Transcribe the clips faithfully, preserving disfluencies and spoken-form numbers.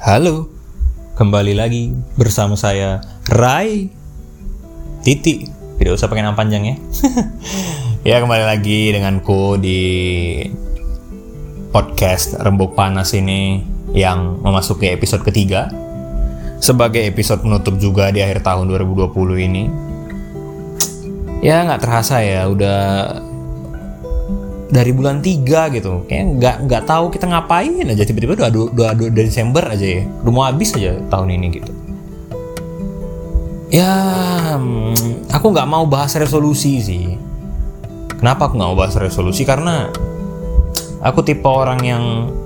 Halo, kembali lagi bersama saya Rai Titi. Tidak usah pakai nama panjang ya. Ya, kembali lagi denganku di podcast Rembuk Panas ini yang memasuki episode ketiga, sebagai episode penutup juga di akhir tahun dua ribu dua puluh ini. Ya nggak terasa ya, udah dari bulan tiga gitu, kayak nggak nggak tahu kita ngapain aja, tiba-tiba udah udah udah Desember aja ya, udah mau habis aja tahun ini gitu. Ya, aku nggak mau bahas resolusi sih. Kenapa aku nggak mau bahas resolusi? Karena aku tipe orang yang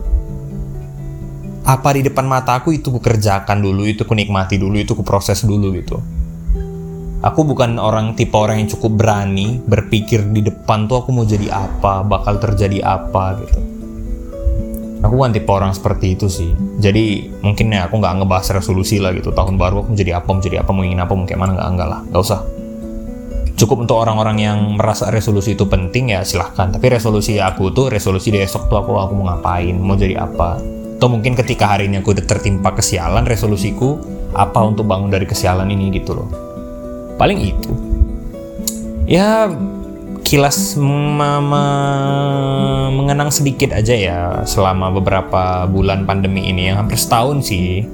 apa di depan mata aku itu ku kerjakan dulu, itu ku nikmati dulu, itu ku proses dulu gitu. Aku bukan orang tipe orang yang cukup berani berpikir di depan tuh aku mau jadi apa, bakal terjadi apa gitu. Aku bukan tipe orang seperti itu sih. Jadi mungkin ya aku nggak ngebahas resolusi lah gitu. Tahun baru aku mau jadi apa, mau jadi apa, mau ingin apa, mau kayak mana, nggak enggak lah, nggak usah. Cukup untuk orang-orang yang merasa resolusi itu penting ya silahkan. Tapi resolusi aku tuh resolusi besok tuh aku aku mau ngapain, mau jadi apa. Atau mungkin ketika hari ini aku udah tertimpa kesialan, resolusiku apa untuk bangun dari kesialan ini gitu loh. Paling itu. Ya kilas m- m- mengenang sedikit aja ya selama beberapa bulan pandemi ini yang hampir setahun sih.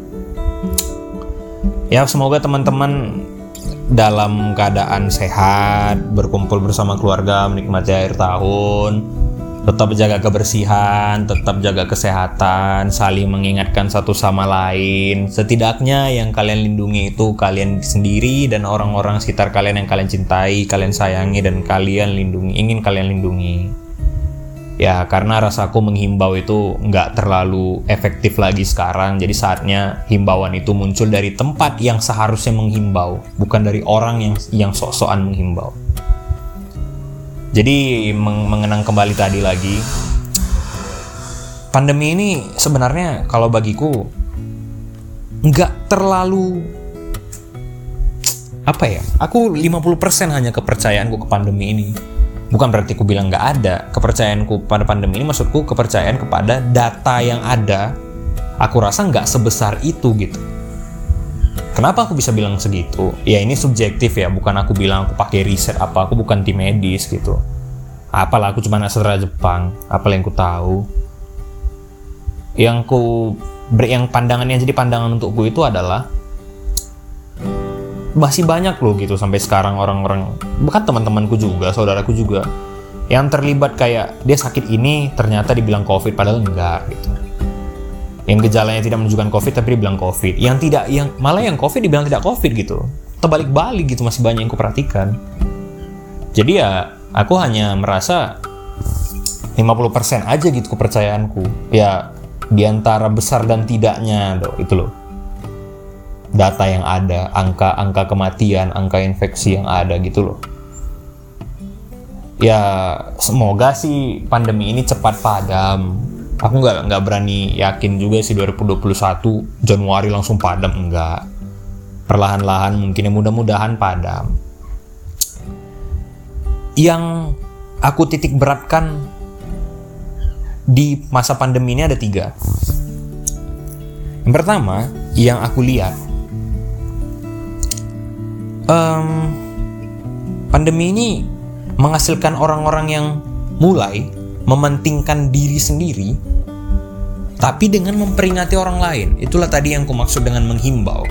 Ya semoga teman-teman dalam keadaan sehat, berkumpul bersama keluarga, menikmati akhir tahun, tetap jaga kebersihan, tetap jaga kesehatan, saling mengingatkan satu sama lain. Setidaknya yang kalian lindungi itu kalian sendiri dan orang-orang sekitar kalian yang kalian cintai, kalian sayangi, dan kalian lindungi, ingin kalian lindungi. Ya, karena rasaku menghimbau itu nggak terlalu efektif lagi sekarang. Jadi saatnya himbauan itu muncul dari tempat yang seharusnya menghimbau, bukan dari orang yang yang sok-sokan menghimbau. Jadi mengenang kembali tadi lagi, pandemi ini sebenarnya kalau bagiku nggak terlalu apa ya, aku lima puluh persen hanya kepercayaanku ke pandemi ini. Bukan berarti aku bilang nggak ada kepercayaanku pada pandemi ini, maksudku kepercayaan kepada data yang ada. Aku rasa nggak sebesar itu gitu. Kenapa aku bisa bilang segitu? Ya ini subjektif ya, bukan aku bilang aku pakai riset apa, aku bukan tim medis gitu. Apalah, aku cuma anak sastra Jepang, apalah yang ku tahu. Yang ku yang pandangan yang jadi pandangan untukku itu adalah masih banyak loh gitu sampai sekarang orang-orang, bahkan teman-temanku juga, saudaraku juga, yang terlibat kayak dia sakit ini ternyata dibilang COVID padahal enggak gitu. Yang gejalanya tidak menunjukkan COVID tapi dibilang COVID. Yang tidak, yang malah yang COVID dibilang tidak COVID gitu. Terbalik-balik gitu, masih banyak yang kuperhatikan. Jadi ya aku hanya merasa lima puluh persen aja gitu kepercayaanku. Ya di antara besar dan tidaknya loh, itu loh. Data yang ada, angka-angka kematian, angka infeksi yang ada gitu loh. Ya semoga sih pandemi ini cepat padam. Aku nggak nggak berani yakin juga sih dua ribu dua puluh satu Januari langsung padam, enggak. Perlahan-lahan mungkin ya, mudah-mudahan padam. Yang aku titik beratkan di masa pandemi ini ada tiga. Yang pertama, yang aku lihat, um, pandemi ini menghasilkan orang-orang yang mulai mementingkan diri sendiri, tapi dengan memperingati orang lain. Itulah tadi yang kumaksud dengan menghimbau.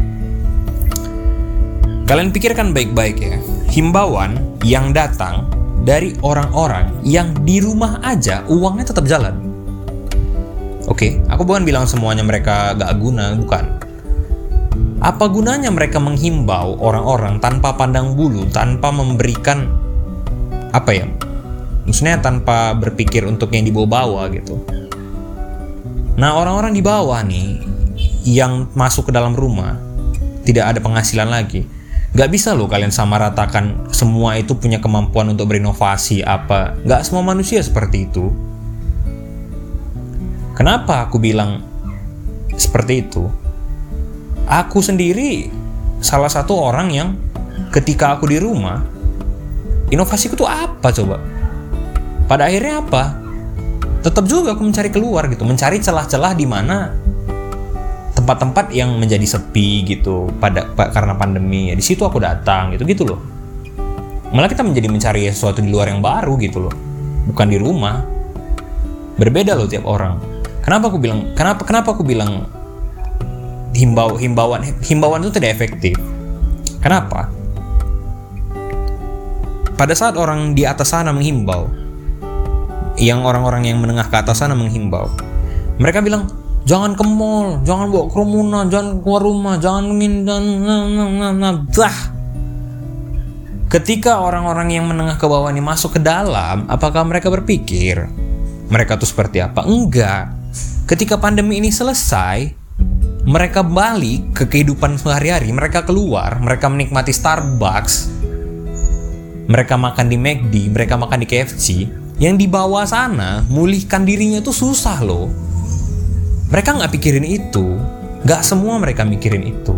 Kalian pikirkan baik-baik ya, himbauan yang datang dari orang-orang yang di rumah aja uangnya tetap jalan. Oke, aku bukan bilang semuanya mereka gak guna, bukan. Apa gunanya mereka menghimbau orang-orang tanpa pandang bulu, tanpa memberikan apa ya, maksudnya tanpa berpikir untuk yang di bawah-bawah gitu. Nah, orang-orang di bawah nih yang masuk ke dalam rumah tidak ada penghasilan lagi. Gak bisa loh kalian samaratakan semua itu punya kemampuan untuk berinovasi apa. Gak semua manusia seperti itu. Kenapa aku bilang seperti itu? Aku sendiri salah satu orang yang ketika aku di rumah, inovasiku tuh apa coba? Pada akhirnya apa? Tetap juga aku mencari keluar gitu, mencari celah-celah di mana tempat-tempat yang menjadi sepi gitu pada karena pandemi ya di situ aku datang gitu gitu loh. Malah kita menjadi mencari sesuatu di luar yang baru gitu loh, bukan di rumah. Berbeda loh tiap orang. Kenapa aku bilang kenapa kenapa aku bilang himbau himbauan himbauan itu tidak efektif? Kenapa? Pada saat orang di atas sana menghimbau, yang orang-orang yang menengah ke atas sana menghimbau, mereka bilang jangan ke mall, jangan bawa kerumunan, jangan keluar rumah, jangan mindan, nah, nah, nah, nah, dah. Ketika orang-orang yang menengah ke bawah ini masuk ke dalam, apakah mereka berpikir mereka tuh seperti apa? Enggak. Ketika pandemi ini selesai, mereka balik ke kehidupan sehari-hari, mereka keluar, mereka menikmati Starbucks, mereka makan di McD, mereka makan di K F C. Yang di bawah sana mulihkan dirinya tuh susah loh. Mereka gak pikirin itu. Gak semua mereka mikirin itu.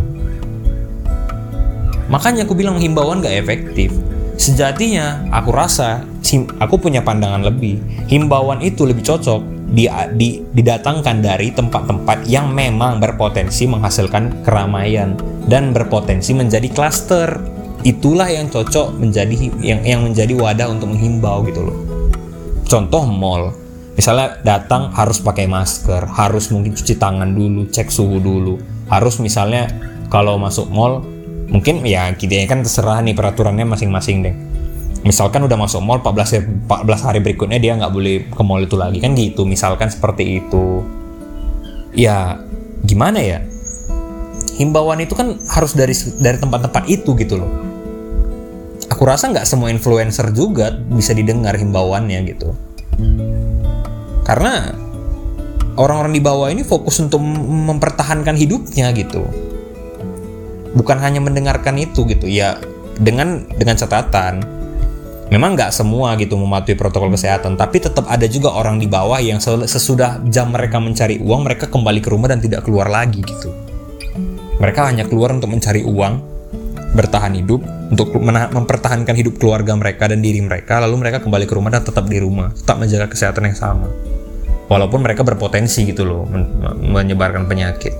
Makanya aku bilang himbauan gak efektif. Sejatinya aku rasa aku punya pandangan lebih. Himbauan itu lebih cocok di, di, didatangkan dari tempat-tempat yang memang berpotensi menghasilkan keramaian dan berpotensi menjadi klaster. Itulah yang cocok menjadi yang, yang menjadi wadah untuk menghimbau gitu loh. Contoh mall. Misalnya datang harus pakai masker, harus mungkin cuci tangan dulu, cek suhu dulu. Harus misalnya kalau masuk mall, mungkin ya kita kan terserah nih peraturannya masing-masing deh. Misalkan udah masuk mall empat belas hari berikutnya dia nggak boleh ke mall itu lagi kan gitu. Misalkan seperti itu. Ya gimana ya? Himbauan itu kan harus dari dari tempat-tempat itu gitu loh. Aku rasa nggak semua influencer juga bisa didengar himbauannya gitu. Karena orang-orang di bawah ini fokus untuk mempertahankan hidupnya gitu. Bukan hanya mendengarkan itu gitu ya, dengan dengan catatan memang nggak semua gitu mematuhi protokol kesehatan, tapi tetap ada juga orang di bawah yang sesudah jam mereka mencari uang, mereka kembali ke rumah dan tidak keluar lagi gitu. Mereka hanya keluar untuk mencari uang, bertahan hidup, untuk mempertahankan hidup keluarga mereka dan diri mereka, lalu mereka kembali ke rumah dan tetap di rumah, tetap menjaga kesehatan yang sama. Walaupun mereka berpotensi gitu loh menyebarkan penyakit.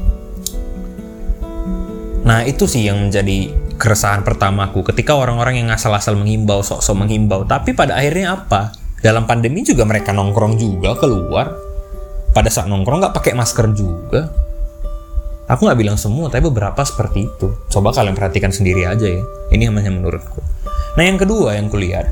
Nah itu sih yang menjadi keresahan pertamaku ketika orang-orang yang asal-asal menghimbau, sok-sok menghimbau, tapi pada akhirnya apa? Dalam pandemi juga mereka nongkrong juga keluar. Pada saat nongkrong nggak pakai masker juga. Aku nggak bilang semua, tapi beberapa seperti itu. Coba kalian perhatikan sendiri aja ya. Ini hanya menurutku. Nah yang kedua yang kulihat,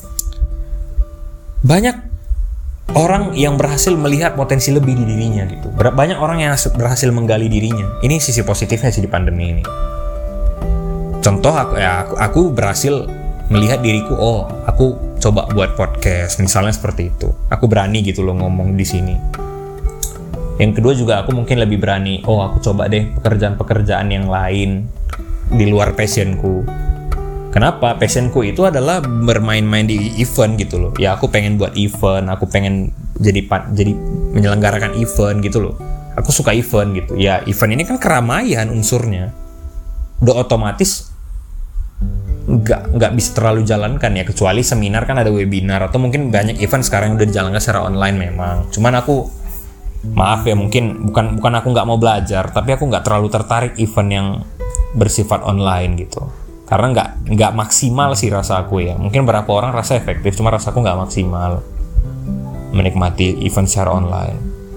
banyak orang yang berhasil melihat potensi lebih di dirinya gitu. Banyak orang yang berhasil menggali dirinya. Ini sisi positifnya sih di pandemi ini. Contoh aku ya aku, aku berhasil melihat diriku, oh aku coba buat podcast misalnya seperti itu. Aku berani gitu loh ngomong di sini. Yang kedua juga aku mungkin lebih berani, oh aku coba deh pekerjaan-pekerjaan yang lain di luar passionku. Kenapa? Passionku itu adalah bermain-main di event gitu loh. Ya aku pengen buat event, aku pengen jadi jadi menyelenggarakan event gitu loh. Aku suka event gitu. Ya event ini kan keramaian unsurnya. Udah otomatis nggak nggak bisa terlalu jalankan ya, kecuali seminar kan ada webinar atau mungkin banyak event sekarang yang udah dijalankan secara online memang. Cuman aku maaf ya mungkin bukan bukan aku nggak mau belajar, tapi aku nggak terlalu tertarik event yang bersifat online gitu. Karena nggak nggak maksimal sih rasa aku ya. Mungkin beberapa orang rasa efektif, cuma rasa aku nggak maksimal menikmati event secara online.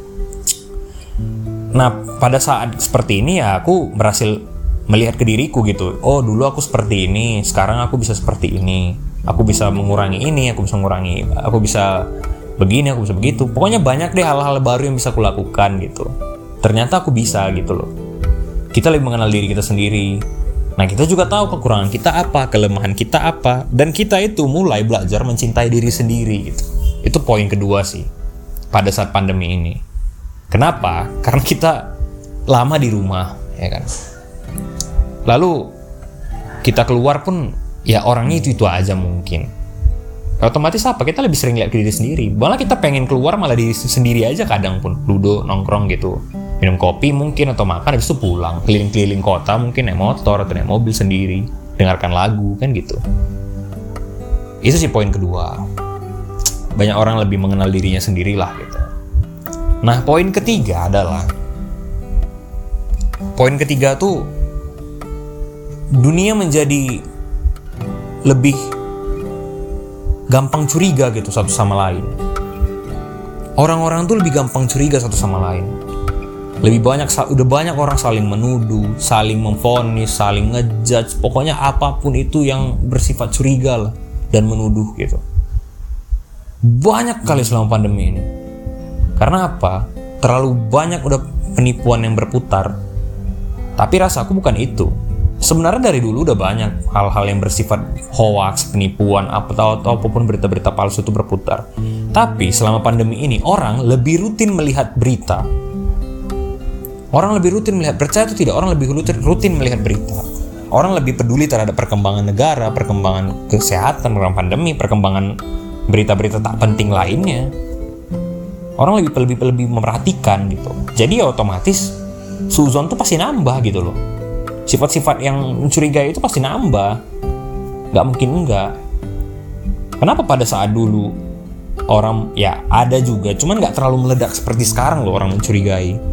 Nah pada saat seperti ini ya aku berhasil melihat ke diriku gitu. Oh dulu aku seperti ini, sekarang aku bisa seperti ini. Aku bisa mengurangi ini, aku bisa mengurangi, aku bisa begini, aku bisa begitu. Pokoknya banyak deh hal-hal baru yang bisa aku lakukan gitu. Ternyata aku bisa gitu loh. Kita lebih mengenal diri kita sendiri. Nah kita juga tahu kekurangan kita apa, kelemahan kita apa, dan kita itu mulai belajar mencintai diri sendiri gitu. Itu poin kedua sih pada saat pandemi ini. Kenapa? Karena kita lama di rumah, ya kan. Lalu kita keluar pun ya orangnya itu itu aja mungkin. Otomatis apa? Kita lebih sering lihat ke diri sendiri. Malah kita pengen keluar malah diri sendiri aja kadang pun, duduk nongkrong gitu. Minum kopi mungkin atau makan, habis itu pulang keliling-keliling kota mungkin naik motor atau naik mobil sendiri, dengarkan lagu kan gitu. Itu sih poin kedua. Banyak orang lebih mengenal dirinya sendiri lah gitu. Nah poin ketiga adalah Poin ketiga tuh, dunia menjadi lebih gampang curiga gitu satu sama lain. Orang-orang tuh lebih gampang curiga satu sama lain. Lebih banyak, udah banyak orang saling menuduh, saling memvonis, saling ngejudge. Pokoknya apapun itu yang bersifat curiga lah dan menuduh gitu. Banyak kali selama pandemi ini. Karena apa? Terlalu banyak udah penipuan yang berputar. Tapi rasaku bukan itu. Sebenarnya dari dulu udah banyak hal-hal yang bersifat hoax, penipuan, atau, atau apapun berita-berita palsu itu berputar. Tapi selama pandemi ini orang lebih rutin melihat berita. Orang lebih rutin melihat, percaya atau tidak, orang lebih rutin, rutin melihat berita. Orang lebih peduli terhadap perkembangan negara, perkembangan kesehatan, perkembangan pandemi, perkembangan berita-berita tak penting lainnya. Orang lebih lebih lebih memperhatikan gitu. Jadi ya otomatis suzon tuh pasti nambah gitu loh. Sifat-sifat yang mencurigai itu pasti nambah. Gak mungkin enggak. Kenapa pada saat dulu orang, ya ada juga, cuman gak terlalu meledak seperti sekarang loh orang mencurigai.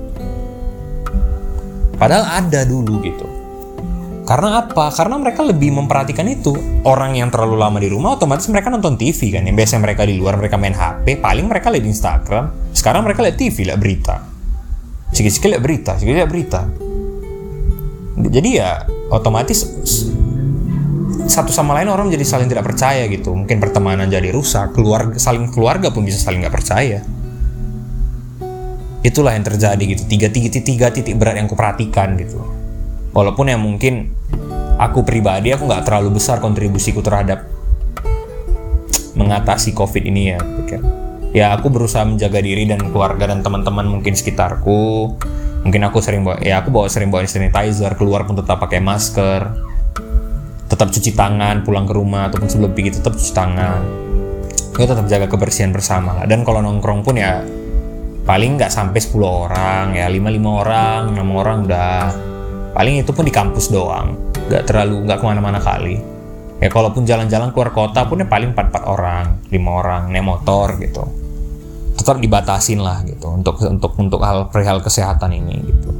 Padahal ada dulu gitu. Karena apa? Karena mereka lebih memperhatikan itu. Orang yang terlalu lama di rumah otomatis mereka nonton T V kan. Yang biasanya mereka di luar mereka main H P, paling mereka lihat Instagram. Sekarang mereka lihat T V, lihat berita. Sikit-sikit lihat berita, sikit lihat berita. Jadi ya otomatis satu sama lain orang jadi saling tidak percaya gitu. Mungkin pertemanan jadi rusak, keluarga, saling keluarga pun bisa saling nggak percaya. Itulah yang terjadi gitu. Tiga, tiga, tiga titik berat yang kuperhatikan gitu. Walaupun ya mungkin aku pribadi aku nggak terlalu besar kontribusiku terhadap mengatasi COVID ini ya. Ya aku berusaha menjaga diri dan keluarga dan teman-teman mungkin sekitarku. Mungkin aku sering bawa, ya aku bawa sering bawa sanitizer, keluar pun tetap pakai masker, tetap cuci tangan, pulang ke rumah ataupun sebelum pergi tetap cuci tangan. Kita tetap jaga kebersihan bersama lah. Dan kalau nongkrong pun ya paling nggak sampai sepuluh orang, ya lima lima orang, enam orang udah. Paling itu pun di kampus doang, nggak terlalu nggak kemana-mana kali. Ya kalaupun jalan-jalan keluar kota pun ya paling empat empat orang, lima orang naik motor gitu. Tetap dibatasin lah gitu untuk untuk untuk hal perihal kesehatan ini gitu.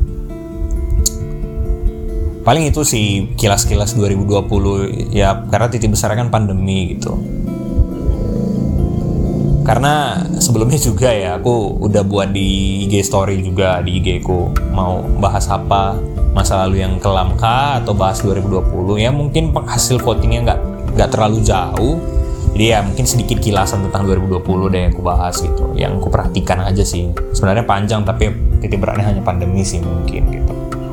Paling itu sih kilas-kilas dua ribu dua puluh ya, karena titik besarnya kan pandemi gitu. Karena sebelumnya juga ya aku udah buat di I G story juga, di I G ku mau bahas apa, masa lalu yang kelam kah atau bahas dua ribu dua puluh. Ya mungkin hasil votingnya nggak nggak terlalu jauh, jadi ya mungkin sedikit kilasan tentang dua ribu dua puluh deh yang aku bahas gitu, yang aku perhatikan aja sih. Sebenarnya panjang tapi titik beratnya hanya pandemi sih mungkin gitu.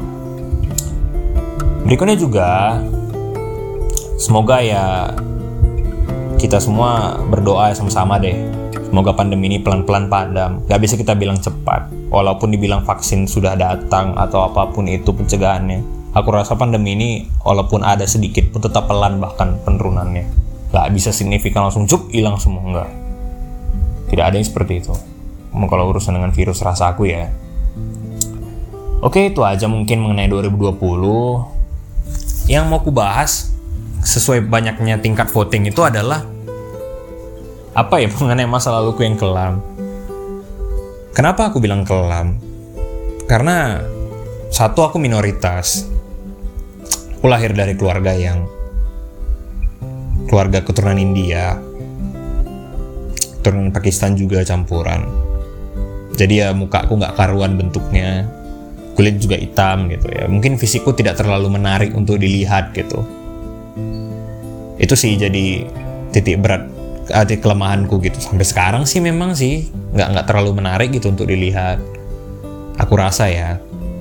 Berikutnya juga semoga ya kita semua berdoa sama-sama deh. Semoga pandemi ini pelan-pelan padam. Gak bisa kita bilang cepat. Walaupun dibilang vaksin sudah datang atau apapun itu pencegahannya, aku rasa pandemi ini walaupun ada sedikit pun tetap pelan bahkan penurunannya. Gak bisa signifikan langsung cup hilang semua, enggak. Tidak ada yang seperti itu. Kalau urusan dengan virus rasa aku ya. Oke, itu aja mungkin mengenai dua ribu dua puluh. Yang mau aku bahas sesuai banyaknya tingkat voting itu adalah apa ya, mengenai masa laluku yang kelam. Kenapa aku bilang kelam? Karena satu, aku minoritas. Aku lahir dari keluarga yang keluarga keturunan India, keturunan Pakistan juga campuran. Jadi ya muka aku nggak karuan bentuknya, kulit juga hitam gitu ya. Mungkin fisikku tidak terlalu menarik untuk dilihat gitu. Itu sih jadi titik berat, titik kelemahanku gitu. Sampai sekarang sih memang sih nggak nggak terlalu menarik gitu untuk dilihat. Aku rasa ya.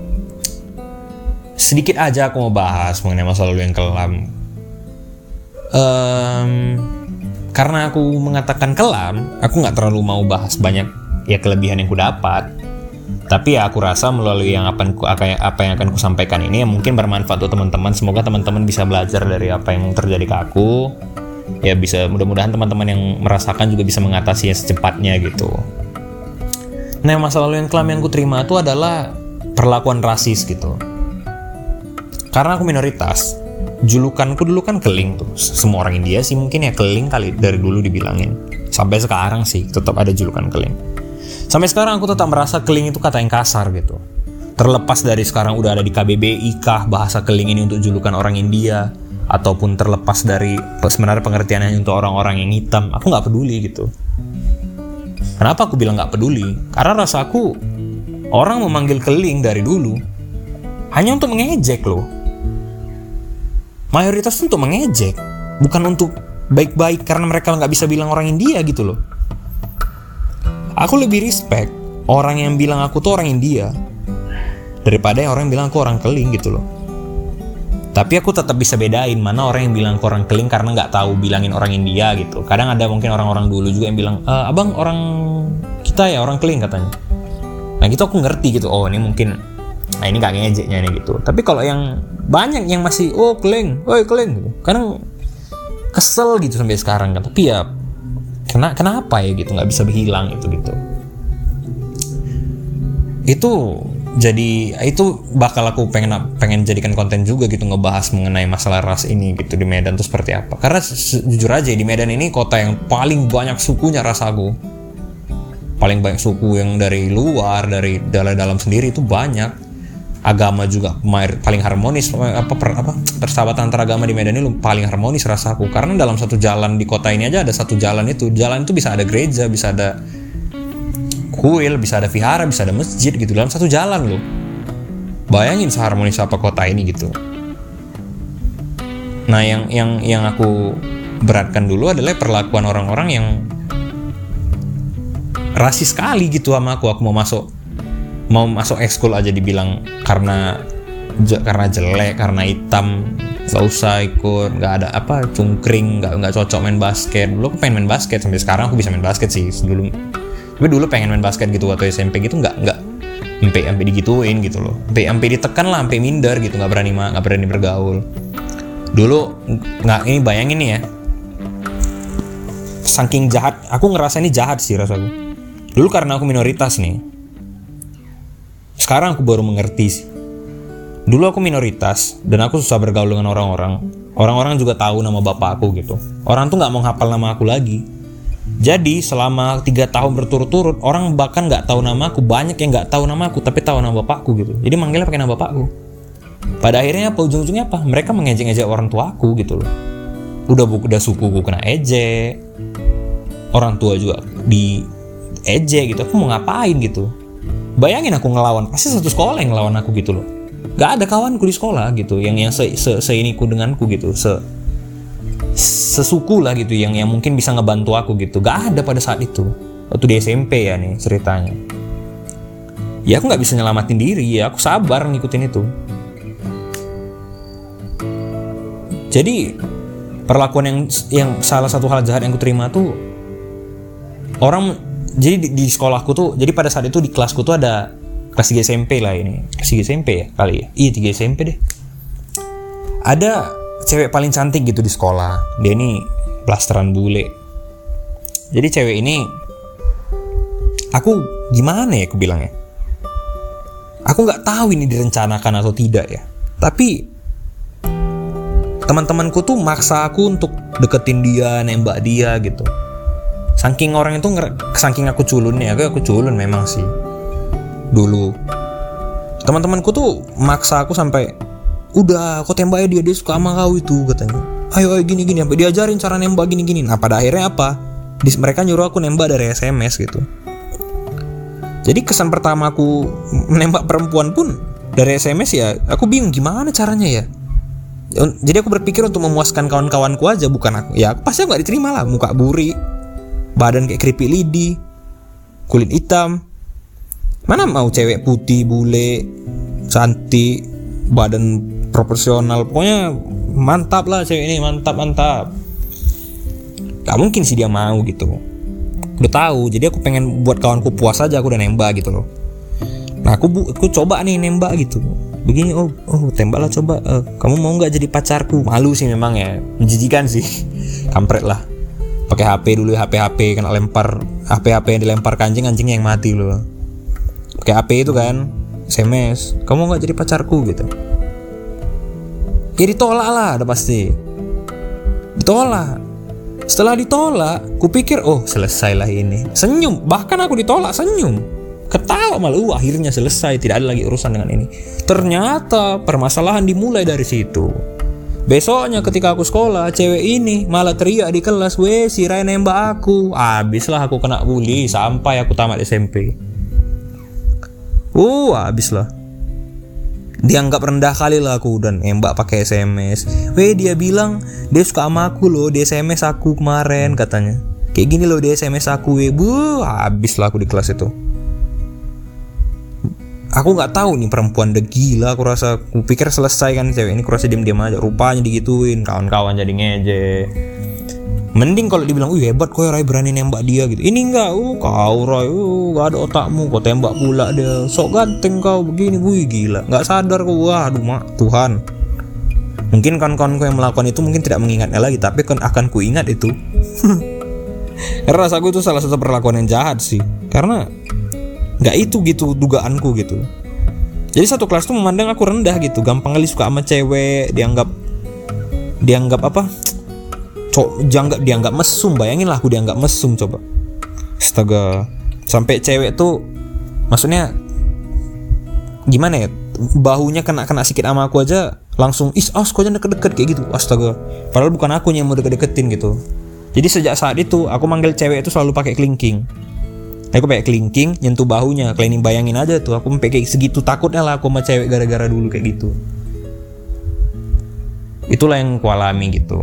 Sedikit aja aku mau bahas mengenai masa lalu yang kelam. Um, karena aku mengatakan kelam, aku nggak terlalu mau bahas banyak ya kelebihan yang ku dapat. Tapi ya aku rasa melalui yang apa, apa yang akan ku sampaikan ini ya mungkin bermanfaat untuk teman-teman. Semoga teman-teman bisa belajar dari apa yang terjadi ke aku. Ya bisa, mudah-mudahan teman-teman yang merasakan juga bisa mengatasinya secepatnya gitu. Nah, masa lalu yang kelam yang ku terima itu adalah perlakuan rasis gitu. Karena aku minoritas, julukanku dulu kan keling tuh. Semua orang India sih mungkin ya keling kali dari dulu dibilangin. Sampai sekarang sih tetap ada julukan keling. Sampai sekarang aku tetap merasa keling itu kata yang kasar gitu. Terlepas dari sekarang udah ada di K B B I kah bahasa keling ini untuk julukan orang India, ataupun terlepas dari sebenarnya pengertiannya untuk orang-orang yang hitam, aku nggak peduli gitu. Kenapa aku bilang nggak peduli? Karena rasaku orang memanggil keling dari dulu hanya untuk mengejek loh. Mayoritas itu untuk mengejek, bukan untuk baik-baik karena mereka nggak bisa bilang orang India gitu loh. Aku lebih respect orang yang bilang aku tuh orang India daripada yang orang yang bilang aku orang keling gitu loh. Tapi aku tetap bisa bedain mana orang yang bilang aku orang keling karena nggak tahu bilangin orang India gitu. Kadang ada mungkin orang-orang dulu juga yang bilang, e, abang orang kita ya orang keling katanya. Nah gitu aku ngerti gitu. Oh ini mungkin, nah ini gak ngejeknya nih gitu. Tapi kalau yang banyak yang masih oh keling, oh keling gitu. Kadang kesel gitu sampai sekarang kan. Tapi ya kena, kenapa ya gitu nggak bisa berhilang itu gitu. Itu jadi itu bakal aku pengen pengen jadikan konten juga gitu, ngebahas mengenai masalah ras ini gitu di Medan tuh seperti apa. Karena jujur aja di Medan ini kota yang paling banyak sukunya rasaku. Paling banyak suku yang dari luar, dari dalam-dalam sendiri itu banyak. Agama juga paling harmonis, apa per, apa persahabatan antar agama di Medan ini paling harmonis rasaku. Karena dalam satu jalan di kota ini aja ada satu jalan itu. Jalan itu bisa ada gereja, bisa ada kuil, bisa ada vihara, bisa ada masjid gitu dalam satu jalan loh. Bayangin seharmonis apa kota ini gitu. Nah, yang yang yang aku beratkan dulu adalah perlakuan orang-orang yang rasis sekali gitu sama aku. Aku mau masuk mau masuk ekskul aja dibilang karena karena jelek, karena hitam, nggak usah ikut, nggak ada apa cungkring, nggak nggak cocok main basket. Dulu aku pengen main basket, sampai sekarang aku bisa main basket sih dulu. Tapi dulu pengen main basket gitu waktu S M P gitu, nggak nggak sampai sampai digituin gitu loh, sampai sampai ditekan lah, sampai minder gitu, nggak berani nggak berani bergaul. Dulu nggak, ini bayangin nih ya, saking jahat, aku ngerasa ini jahat sih rasaku. Dulu karena aku minoritas nih, sekarang aku baru mengerti sih. Dulu aku minoritas dan aku susah bergaul dengan orang-orang. Orang-orang juga tahu nama bapak aku gitu. Orang tuh nggak mau hafal nama aku lagi. Jadi selama tiga tahun berturut-turut orang bahkan nggak tahu nama aku, banyak yang nggak tahu nama aku tapi tahu nama bapakku gitu. Jadi manggilnya pakai nama bapakku. Pada akhirnya apa ujung-ujungnya apa? Mereka mengejek-ejek orang tua aku gitu loh. Udah udah sukuku kena ejek, orang tua juga di ejek gitu. Aku mau ngapain gitu? Bayangin aku ngelawan, pasti satu sekolah yang ngelawan aku gitu loh. Gak ada kawanku di sekolah gitu yang yang se, se, seiniku denganku gitu, se sesuku lah gitu yang yang mungkin bisa ngebantu aku gitu. Gak ada pada saat itu. Waktu di S M P ya nih ceritanya. Ya aku nggak bisa nyelamatin diri, ya aku sabar ngikutin itu. Jadi perlakuan yang yang salah satu hal jahat yang aku terima tuh orang. Jadi di, di sekolahku tuh, jadi pada saat itu di kelasku tuh ada kelas tiga S M P lah ini. Kelas tiga S M P ya kali ya? Iya tiga S M P deh. Ada cewek paling cantik gitu di sekolah. Dia ini blasteran bule. Jadi cewek ini, aku gimana ya aku bilangnya? Aku nggak tahu ini direncanakan atau tidak ya. Tapi teman-temanku tuh maksa aku untuk deketin dia, nembak dia gitu. Saking orang itu saking aku culun ya, aku aku culun memang sih. Dulu teman-temanku tuh maksa aku sampai udah kau tembak dia, dia suka sama kau itu katanya. Ayo ayo gini gini, sampai diajarin cara nembak gini gini. Nah pada akhirnya apa? Mereka nyuruh aku nembak dari S M S gitu. Jadi kesan pertama aku menembak perempuan pun dari S M S ya, aku bingung gimana caranya ya. Jadi aku berpikir untuk memuaskan kawan-kawanku aja, bukan aku. Ya pasti aku gak diterima lah, muka buri, badan kayak keripik lidi, kulit hitam. Mana mau cewek putih, bule, cantik, badan proporsional. Pokoknya mantap lah cewek ini, mantap-mantap. Gak mungkin sih dia mau gitu. Udah tahu, jadi aku pengen buat kawanku puas aja, aku udah nembak gitu loh. Nah aku, bu- aku coba nih nembak gitu. Begini, oh, oh tembak lah coba. Uh, kamu mau nggak jadi pacarku? Malu sih memang ya, menjijikan sih, kampret lah. Pakai H P dulu, H P H P kena lempar, H P H P yang dilempar ke anjing, anjingnya yang mati loh. Pakai H P itu kan, S M S, kamu nggak jadi pacarku gitu. Ya ditolak lah, udah pasti. Ditolak. Setelah ditolak, kupikir oh selesai lah ini. Senyum, bahkan aku ditolak senyum. Ketawa malah, uh, akhirnya selesai, tidak ada lagi urusan dengan ini. Ternyata permasalahan dimulai dari situ. Besoknya ketika aku sekolah, cewek ini malah teriak di kelas, "Weh, si Rai nembak aku." Habislah aku kena bully sampai aku tamat S M P. Uh, habislah. Dianggap rendah kali lah aku dan nembak pakai S M S. "Weh, dia bilang dia suka sama aku loh, dia S M S aku kemarin," katanya. "Kayak gini loh dia S M S aku, weh." Bu, habislah aku di kelas itu. Aku nggak tahu nih perempuan udah gila. Aku rasa, aku pikir selesai kan cewek ini. Aku rasa diam-diam aja. Rupanya digituin, kawan-kawan jadi ngejek. Mending kalau dibilang, "Wih hebat kau Rai berani nembak dia," gitu. Ini enggak, uh kau Rai, uh gak ada otakmu, kau tembak pula dia. Sok ganteng kau begini, wih gila. Nggak sadar kau, wah aduh mak Tuhan. Mungkin kawan-kawanku yang melakukan itu mungkin tidak mengingatnya lagi, tapi kan akan ku ingat itu. Karena rasaku itu salah satu perlakuan yang jahat sih. Karena nggak itu gitu dugaanku gitu. Jadi satu kelas tuh memandang aku rendah gitu, gampang kali suka sama cewek, dianggap dianggap apa? Cok, dianggap dianggap mesum. Bayangin lah aku dianggap mesum coba. Astaga. Sampai cewek tuh maksudnya gimana ya? Bahunya kena kena sikit sama aku aja langsung, "Is, awas kau jangan deket-deket," kayak gitu. Astaga. Padahal bukan aku yang mau deket-deketin gitu. Jadi sejak saat itu aku manggil cewek itu selalu pakai kelingking. Aku pakai kelingking, nyentuh bahunya. Kalian bayangin aja tuh, aku pakai segitu takutnya lah aku sama cewek gara-gara dulu kayak gitu. Itulah yang aku alami gitu.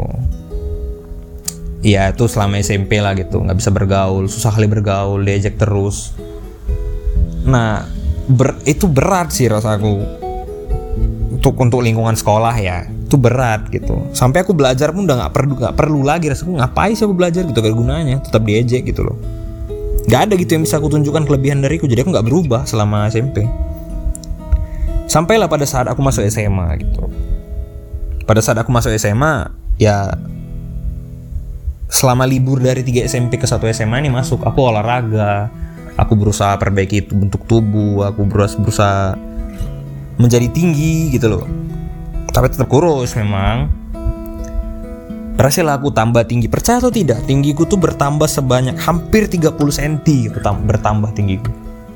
Ya itu selama S M P lah gitu, nggak bisa bergaul, susah kali bergaul, diejek terus. Nah ber, itu berat sih rasaku untuk untuk lingkungan sekolah ya, itu berat gitu. Sampai aku belajar pun udah nggak perlu nggak perlu lagi rasaku, ngapain sih aku belajar gitu, gak ada gunanya, tetap diejek gitu loh. Gak ada gitu yang bisa aku tunjukkan kelebihan dariku, jadi aku nggak berubah selama S M P. Sampailah pada saat aku masuk S M A gitu. Pada saat aku masuk S M A ya, selama libur dari tiga S M P ke satu S M A ini masuk, aku olahraga, aku berusaha perbaiki bentuk tubuh, aku berusaha, berusaha menjadi tinggi gitu loh. Tapi tetap kurus memang. Berhasil aku tambah tinggi, percaya atau tidak, tinggiku tuh bertambah sebanyak hampir tiga puluh sentimeter bertambah tinggiku.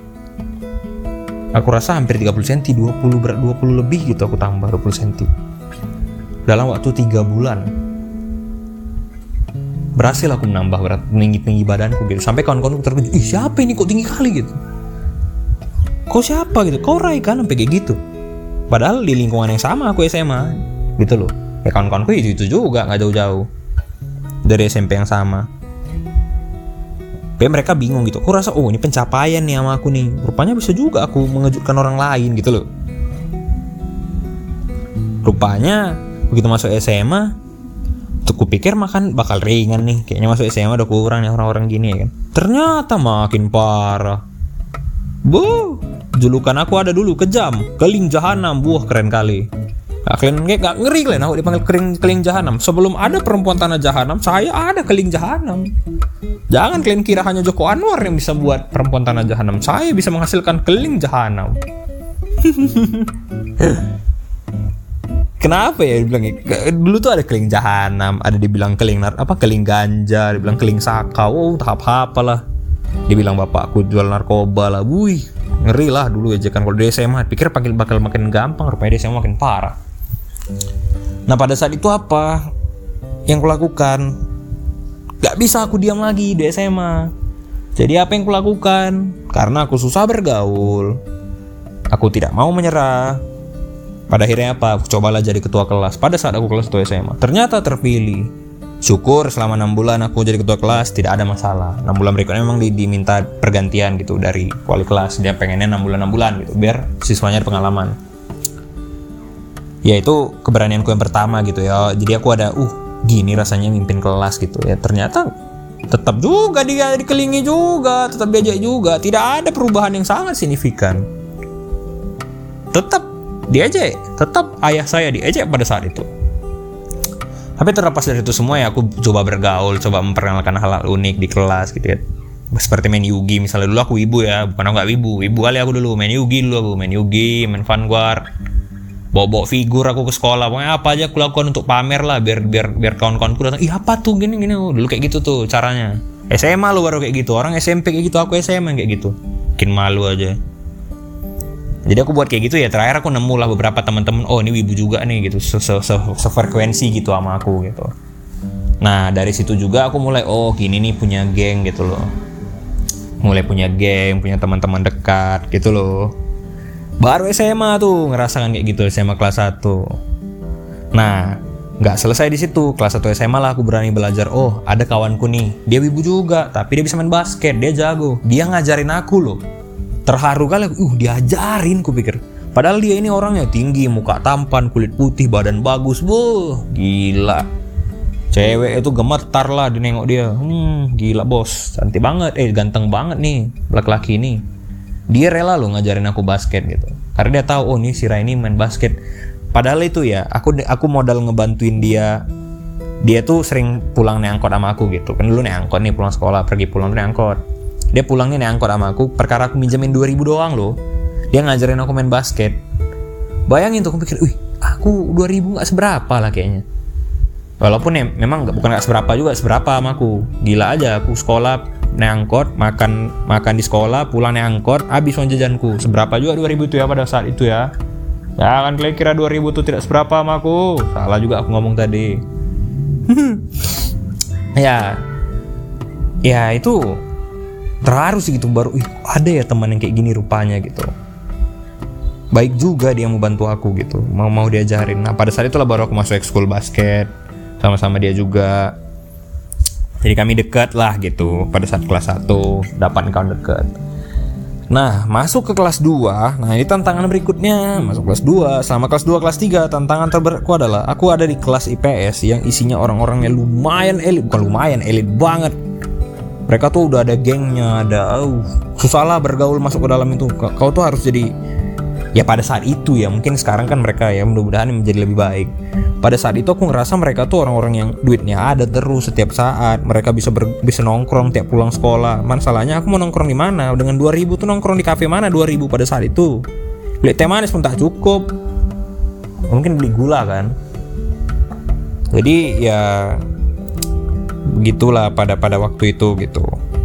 Aku rasa hampir tiga puluh sentimeter, dua puluh berat dua puluh lebih gitu aku tambah dua puluh sentimeter. Dalam waktu tiga bulan. Berhasil aku menambah berat tinggi-tinggi badanku gitu. Sampai kawan-kawanku terkejut, "Ih, siapa ini kok tinggi kali gitu? Kau siapa gitu? Kau Rai kan?" Sampai kayak gitu. Padahal di lingkungan yang sama aku S M A gitu loh. Ya kawan-kawanku itu-itu juga, gak jauh-jauh dari S M P yang sama. Tapi mereka bingung gitu. Aku rasa, oh ini pencapaian nih sama aku nih. Rupanya bisa juga aku mengejutkan orang lain gitu loh. Rupanya begitu masuk S M A, tuh kupikir makan bakal ringan nih, kayaknya masuk S M A udah kurang nih orang-orang gini ya kan. Ternyata makin parah. Bu, julukan aku ada dulu, kejam, keling jahanam. Buah keren kali. Nah, kalian nggak gak ngeri kalian aku dipanggil keling keling jahanam. Sebelum ada perempuan tanah jahanam, saya ada keling jahanam. Jangan kalian kira hanya Joko Anwar yang bisa buat perempuan tanah jahanam. Saya bisa menghasilkan keling jahanam. Kenapa ya dibilang dulu tuh ada keling jahanam, ada dibilang keling nar apa keling ganja, dibilang keling sakau, oh tahap apa lah. Dibilang bapakku jual narkoba lah, wih ngeri lah dulu ejekan. Kalau di S M A pikir bakal bakal makin gampang, rupanya di S M A makin parah. Nah pada saat itu apa yang kulakukan? Gak bisa aku diam lagi di S M A. Jadi apa yang kulakukan? Karena aku susah bergaul, aku tidak mau menyerah. Pada akhirnya apa? Aku cobalah jadi ketua kelas. Pada saat aku kelas satu S M A, ternyata terpilih. Syukur selama enam bulan aku jadi ketua kelas tidak ada masalah. enam bulan berikutnya memang di, diminta pergantian gitu dari wali kelas. Dia pengennya enam bulan enam bulan gitu biar siswanya ada pengalaman. Ya itu keberanianku yang pertama gitu ya. Jadi aku ada uh gini rasanya mimpin kelas gitu ya. Ternyata tetap juga dia dikelingi juga, tetap diajak juga. Tidak ada perubahan yang sangat signifikan. Tetap diejek, tetap ayah saya diejek pada saat itu. Tapi terlepas dari itu semua ya aku coba bergaul, coba memperkenalkan hal-hal unik di kelas gitu ya. Seperti main Yugi misalnya, dulu aku wibu ya, bukan aku gak wibu, wibu kali aku dulu, main Yugi dulu aku, main Yugi, main Vanguard, bawa-bawa figur aku ke sekolah, pokoknya apa aja aku lakukan untuk pamer lah, biar biar biar kawan-kawanku datang, ih apa tuh gini-gini, dulu kayak gitu tuh caranya. S M A lo baru kayak gitu, orang S M P kayak gitu, aku S M A kayak gitu. bikin malu aja. Jadi aku buat kayak gitu ya. Terakhir aku nemu lah beberapa teman-teman, oh ini wibu juga nih gitu, sefrekuensi gitu sama aku gitu. Nah dari situ juga aku mulai, oh gini nih punya geng gitu loh. Mulai punya geng, punya teman-teman dekat gitu loh. Baru S M A tuh ngerasakan kayak gitu, S M A kelas satu. Nah nggak selesai di situ, kelas satu S M A lah aku berani belajar. Oh ada kawanku nih, dia wibu juga, tapi dia bisa main basket, dia jago. Dia ngajarin aku loh. Terharu kali aku, uh diajarin ku pikir. Padahal dia ini orangnya tinggi, muka tampan, kulit putih, badan bagus. Wuh, gila. Cewek itu gemetar lah dia nengok dia. Hmm, gila bos, cantik banget, eh ganteng banget nih laki-laki ini. Dia rela loh ngajarin aku basket gitu. Karena dia tahu, oh nih si Rai ini main basket. Padahal itu ya, aku aku modal ngebantuin dia. Dia tuh sering pulang naik angkot sama aku gitu. Kan dulu naik angkot nih pulang sekolah, pergi pulang naik angkot. Dia pulangnya naik angkot sama aku, perkara aku minjemin dua ribu doang loh. Dia ngajarin aku main basket. Bayangin tuh, aku pikir, wih, aku dua ribu gak seberapa lah kayaknya. Walaupun ya memang gak, bukan gak seberapa juga, seberapa sama aku. Gila aja, aku sekolah naik angkot, makan makan di sekolah, pulang naik angkot, habis uang jajanku. Seberapa juga dua ribu itu ya pada saat itu ya. Ya kan kalian kira dua ribu itu tidak seberapa sama aku. Salah juga aku ngomong tadi. Ya. Ya itu terharu sih gitu, baru ih ada ya teman yang kayak gini rupanya gitu. Baik juga dia mau bantu aku gitu, mau mau diajarin. Nah pada saat itulah baru aku masuk ekskul basket sama-sama dia juga. Jadi kami dekat lah gitu pada saat kelas satu, dapat kawan dekat. Nah masuk ke kelas dua, nah ini tantangan berikutnya. Masuk kelas dua, selama kelas dua kelas tiga tantangan terberatku adalah aku ada di kelas I P S yang isinya orang-orangnya lumayan elit, bukan lumayan elit banget. Mereka tuh udah ada gengnya, ada uh, susah lah bergaul masuk ke dalam itu. Kau tuh harus jadi, ya pada saat itu ya, mungkin sekarang kan mereka ya mudah-mudahan menjadi lebih baik. Pada saat itu aku ngerasa mereka tuh orang-orang yang duitnya ada terus setiap saat. Mereka bisa ber, bisa nongkrong tiap pulang sekolah. Masalahnya aku mau nongkrong di mana? Dengan dua ribu tuh nongkrong di kafe mana dua ribu pada saat itu? Beli teh manis pun tak cukup. Mungkin beli gula kan. Jadi ya begitulah pada pada waktu itu gitu.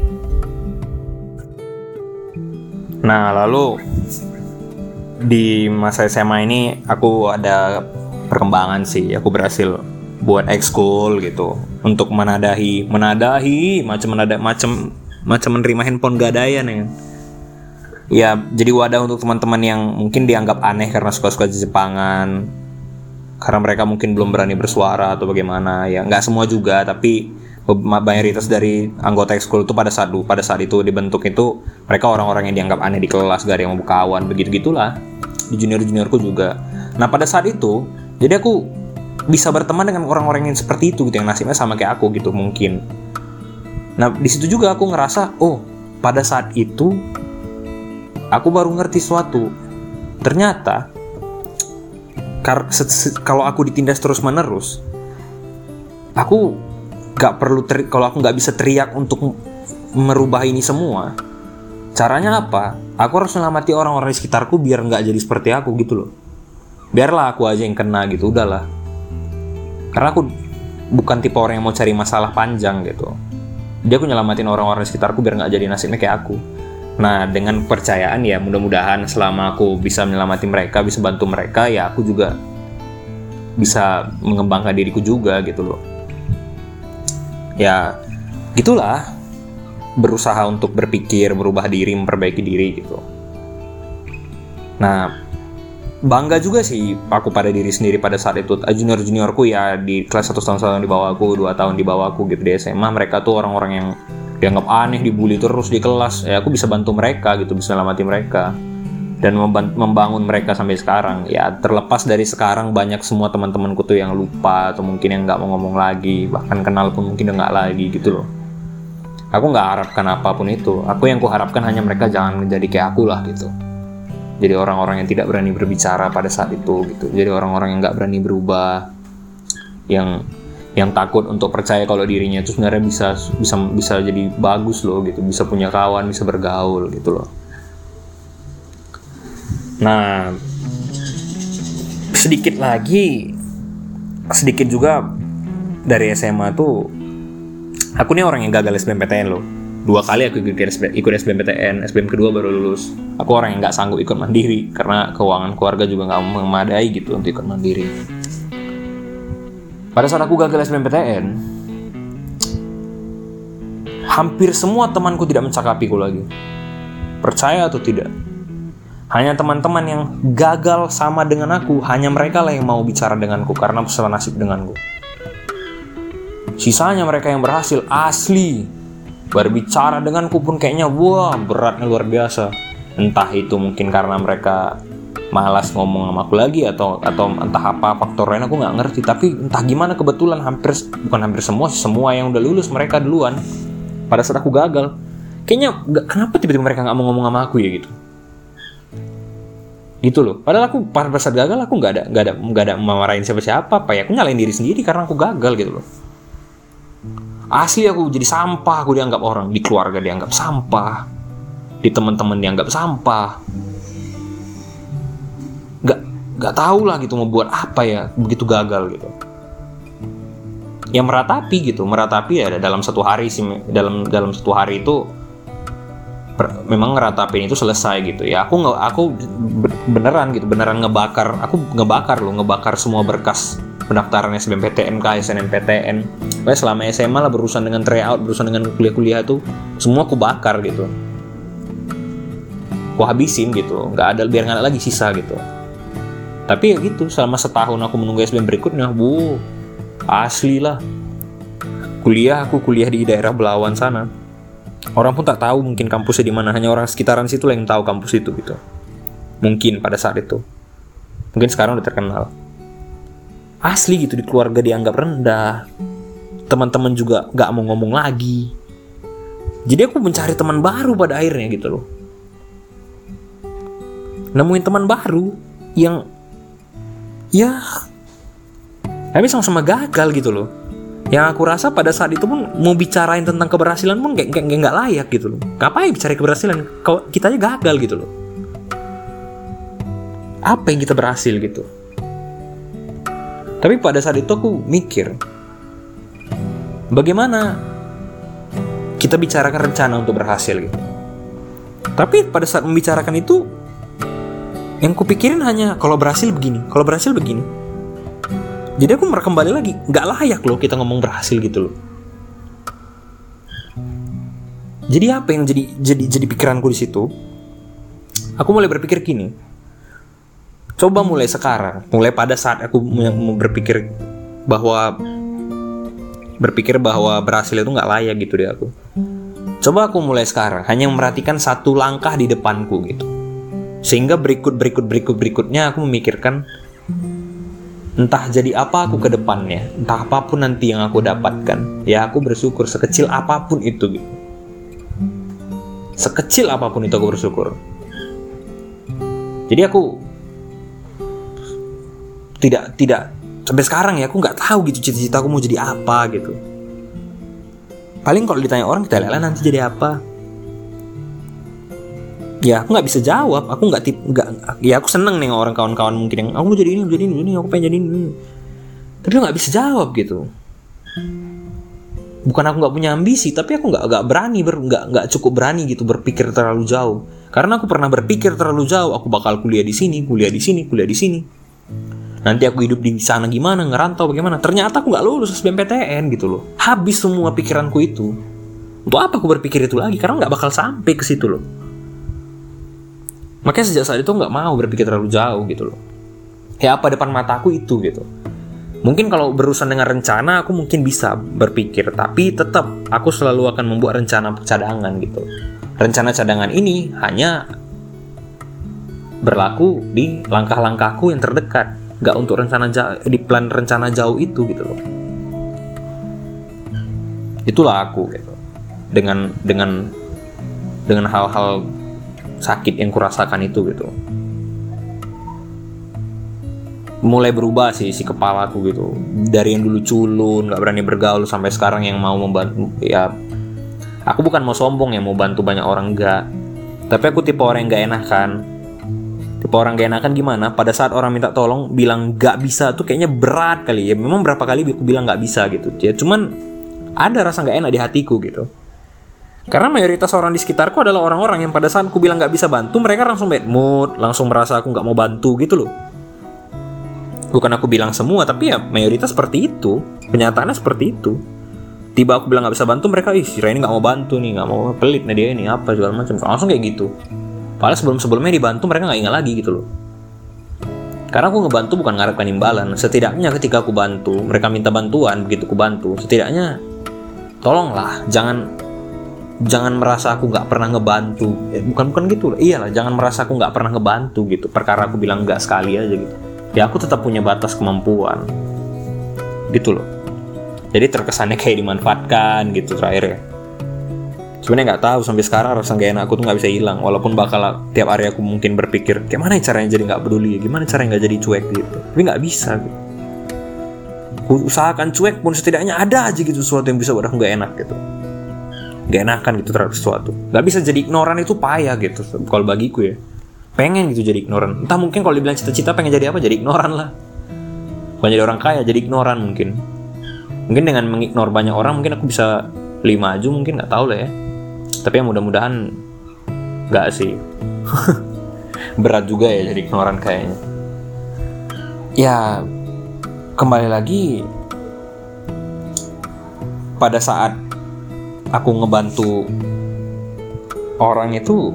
Nah lalu di masa S M A ini aku ada perkembangan sih. Aku berhasil buat ekskul gitu untuk menadahi menadahi macam menada macam macam menerima handphone gadaian ya. Ya jadi wadah untuk teman-teman yang mungkin dianggap aneh karena suka-suka Jepangan, karena mereka mungkin belum berani bersuara atau bagaimana ya. Nggak semua juga, tapi mayoritas dari anggota ekskul itu pada saat pada saat itu dibentuk itu mereka orang-orang yang dianggap aneh di kelas, gak ada yang mau berkawan, begitu-gitulah. Di junior-juniorku juga. Nah pada saat itu jadi aku bisa berteman dengan orang-orang yang seperti itu gitu, yang nasibnya sama kayak aku gitu mungkin. Nah di situ juga aku ngerasa, oh pada saat itu aku baru ngerti suatu. Ternyata kar- se- se- kalau aku ditindas terus-menerus, aku gak perlu teri- kalau aku gak bisa teriak untuk merubah ini semua. Caranya apa? Aku harus menyelamatin orang-orang di sekitarku biar gak jadi seperti aku gitu loh. Biarlah aku aja yang kena gitu, udahlah. Karena aku bukan tipe orang yang mau cari masalah panjang gitu. Dia aku nyelamatin orang-orang di sekitarku biar gak jadi nasibnya kayak aku. Nah dengan kepercayaan ya mudah-mudahan selama aku bisa menyelamatin mereka, bisa bantu mereka, ya aku juga bisa mengembangkan diriku juga gitu loh. Ya gitulah, berusaha untuk berpikir, berubah diri, memperbaiki diri gitu. Nah bangga juga sih aku pada diri sendiri pada saat itu. Junior-juniorku ya di kelas satu tahun di bawahku, dua tahun di bawahku gitu di S M A, mereka tuh orang-orang yang dianggap aneh, dibully terus di kelas. Ya aku bisa bantu mereka gitu, bisa menyelamatin mereka dan membangun mereka sampai sekarang. Ya terlepas dari sekarang banyak semua teman-temanku tuh yang lupa atau mungkin yang nggak mau ngomong lagi, bahkan kenal pun mungkin udah nggak lagi gitu loh. Aku nggak harapkan apapun itu. Aku yang kuharapkan hanya mereka jangan menjadi kayak aku lah gitu. Jadi orang-orang yang tidak berani berbicara pada saat itu gitu. Jadi orang-orang yang nggak berani berubah, yang yang takut untuk percaya kalau dirinya itu sebenarnya bisa bisa bisa jadi bagus loh gitu, bisa punya kawan, bisa bergaul gitu loh. Nah, sedikit lagi, sedikit juga dari S M A tuh, aku nih orang yang gagal S B M P T N loh. Dua kali aku ikut ikut S B M P T N, S B M kedua baru lulus. Aku orang yang nggak sanggup ikut mandiri karena keuangan keluarga juga nggak memadai gitu untuk ikut mandiri. Pada saat aku gagal S B M P T N, hampir semua temanku tidak mencakapiku lagi. Percaya atau tidak? Hanya teman-teman yang gagal sama dengan aku, hanya mereka lah yang mau bicara denganku karena senasib denganku. Sisanya mereka yang berhasil asli berbicara denganku pun kayaknya wah beratnya luar biasa. Entah itu mungkin karena mereka malas ngomong sama aku lagi atau atau entah apa faktor lain aku nggak ngerti. Tapi entah gimana kebetulan hampir bukan hampir semua semua yang udah lulus mereka duluan. Pada saat aku gagal, kayaknya gak, kenapa tiba-tiba mereka nggak mau ngomong sama aku ya gitu. Gitu loh. Padahal aku pada saat gagal aku nggak ada nggak ada nggak ada memarahin siapa-siapa. Apa ya aku nyalain diri sendiri karena aku gagal gitu loh. Asli aku jadi sampah, aku dianggap orang, di keluarga dianggap sampah, di teman-teman dianggap sampah. Gak, gak tahu lah gitu mau buat apa ya begitu gagal gitu. Ya meratapi gitu, meratapi ya dalam satu hari sih, dalam dalam satu hari itu per, memang ngeratapin itu selesai gitu. Ya aku nggak, aku beneran gitu, beneran ngebakar, aku ngebakar loh, ngebakar semua berkas pendaftaran S B M P T N, S N M P T N. Pokoknya selama S M A lah berurusan dengan tryout, berurusan dengan kuliah-kuliah tuh semua aku bakar gitu. Aku habisin gitu, nggak ada biar nggak ada lagi sisa gitu. Tapi ya gitu, selama setahun aku menunggu S B M berikutnya, bu, asli lah. Kuliah aku kuliah di daerah Belawan sana. Orang pun tak tahu mungkin kampusnya di mana, hanya orang sekitaran situ lah yang tahu kampus itu gitu. Mungkin pada saat itu. Mungkin sekarang udah terkenal. Asli gitu, di keluarga dianggap rendah, teman-teman juga gak mau ngomong lagi. Jadi aku mencari teman baru pada akhirnya gitu loh. Nemuin teman baru yang ya tapi sama-sama gagal gitu loh. Yang aku rasa pada saat itu pun mau bicarain tentang keberhasilan pun kayak gak layak gitu loh. Ngapain bicara keberhasilan kalau kita aja gagal gitu loh. Apa yang kita berhasil gitu. Tapi pada saat itu aku mikir, bagaimana kita bicarakan rencana untuk berhasil gitu. Tapi pada saat membicarakan itu, yang kupikirin hanya kalau berhasil begini, kalau berhasil begini. Jadi aku kembali lagi, nggak layak loh kita ngomong berhasil gitu loh. Jadi apa yang jadi jadi jadi pikiranku di situ? Aku mulai berpikir gini. Coba mulai sekarang, mulai pada saat aku mau berpikir bahwa berpikir bahwa berhasil itu nggak layak gitu deh aku. Coba aku mulai sekarang, hanya memperhatikan satu langkah di depanku gitu. Sehingga berikut berikut berikut berikutnya aku memikirkan entah jadi apa aku ke depannya, entah apapun nanti yang aku dapatkan, ya aku bersyukur sekecil apapun itu gitu. Sekecil apapun itu aku bersyukur. Jadi aku tidak tidak sampai sekarang ya aku nggak tahu gitu cita-cita aku mau jadi apa gitu. Paling kalau ditanya orang kita lihat nanti jadi apa. Ya aku nggak bisa jawab. Aku nggak tip nggak. Ya aku seneng nih orang kawan-kawan mungkin yang aku mau jadi ini, jadi ini, ini aku pengen jadi ini. Tapi nggak bisa jawab gitu. Bukan aku nggak punya ambisi, tapi aku nggak nggak berani ber nggak nggak cukup berani gitu berpikir terlalu jauh. Karena aku pernah berpikir terlalu jauh. Aku bakal kuliah di sini, kuliah di sini, kuliah di sini. Nanti aku hidup di sana gimana, ngerantau bagaimana. Ternyata aku gak lulus S B M P T N gitu loh. Habis semua pikiranku itu. Untuk apa aku berpikir itu lagi? Karena gak bakal sampai ke situ loh. Makanya sejak saat itu gak mau berpikir terlalu jauh gitu loh. Ya apa depan mataku itu gitu. Mungkin kalau berurusan dengan rencana aku mungkin bisa berpikir. Tapi tetap aku selalu akan membuat rencana cadangan gitu. Rencana cadangan ini hanya berlaku di langkah-langkahku yang terdekat. Gak untuk rencana jauh, di plan rencana jauh itu gitu loh. Itulah aku gitu. Dengan dengan dengan hal-hal sakit yang kurasakan itu gitu. Mulai berubah sih si kepalaku gitu. Dari yang dulu culun, gak berani bergaul sampai sekarang yang mau membantu. Ya, aku bukan mau sombong ya mau bantu banyak orang enggak. Tapi aku tipe orang yang gak enakan. Tipe orang gak enakan gimana? Pada saat orang minta tolong bilang gak bisa tuh kayaknya berat kali ya. Memang berapa kali aku bilang gak bisa gitu ya. Cuman ada rasa gak enak di hatiku gitu. Karena mayoritas orang di sekitarku adalah orang-orang yang pada saat aku bilang nggak bisa bantu, mereka langsung bad mood, langsung merasa aku nggak mau bantu gitu loh. Bukan aku bilang semua, tapi ya mayoritas seperti itu. Kenyataannya seperti itu. Tiba aku bilang nggak bisa bantu, mereka, ih si Ray ini nggak mau bantu nih, nggak mau, pelit nih dia ini apa segala macam. Langsung kayak gitu. Padahal sebelum-sebelumnya dibantu mereka nggak ingat lagi gitu loh. Karena aku ngebantu bukan ngarepkan imbalan. Setidaknya ketika aku bantu, mereka minta bantuan, begitu aku bantu, setidaknya tolonglah, jangan jangan merasa aku nggak pernah ngebantu. Eh, bukan bukan gitu lah. Iyalah, jangan merasa aku nggak pernah ngebantu gitu. Perkara aku bilang nggak sekali aja gitu. Ya aku tetap punya batas kemampuan, gitu loh. Jadi terkesannya kayak dimanfaatkan gitu terakhir ya. Sebenarnya nggak tahu sampai sekarang rasa nggak enak aku tuh nggak bisa hilang. Walaupun bakal tiap hari aku mungkin berpikir, gimana caranya jadi nggak peduli, gimana caranya nggak jadi cuek gitu. Tapi nggak bisa. Gitu. Aku usahakan cuek pun setidaknya ada aja gitu sesuatu yang bisa buat aku nggak enak gitu. Gak enakan gitu terhadap sesuatu. Gak bisa jadi ignoran itu payah gitu kalau bagiku ya. Pengen gitu jadi ignoran. Entah mungkin kalau dibilang cita-cita pengen jadi apa, jadi ignoran lah. Bukan jadi orang kaya, jadi ignoran mungkin. Mungkin dengan mengignore banyak orang mungkin aku bisa beli maju, mungkin gak tahu lah ya. Tapi ya mudah-mudahan gak sih. Berat juga ya jadi ignoran kayaknya. Ya kembali lagi, pada saat aku ngebantu orang itu,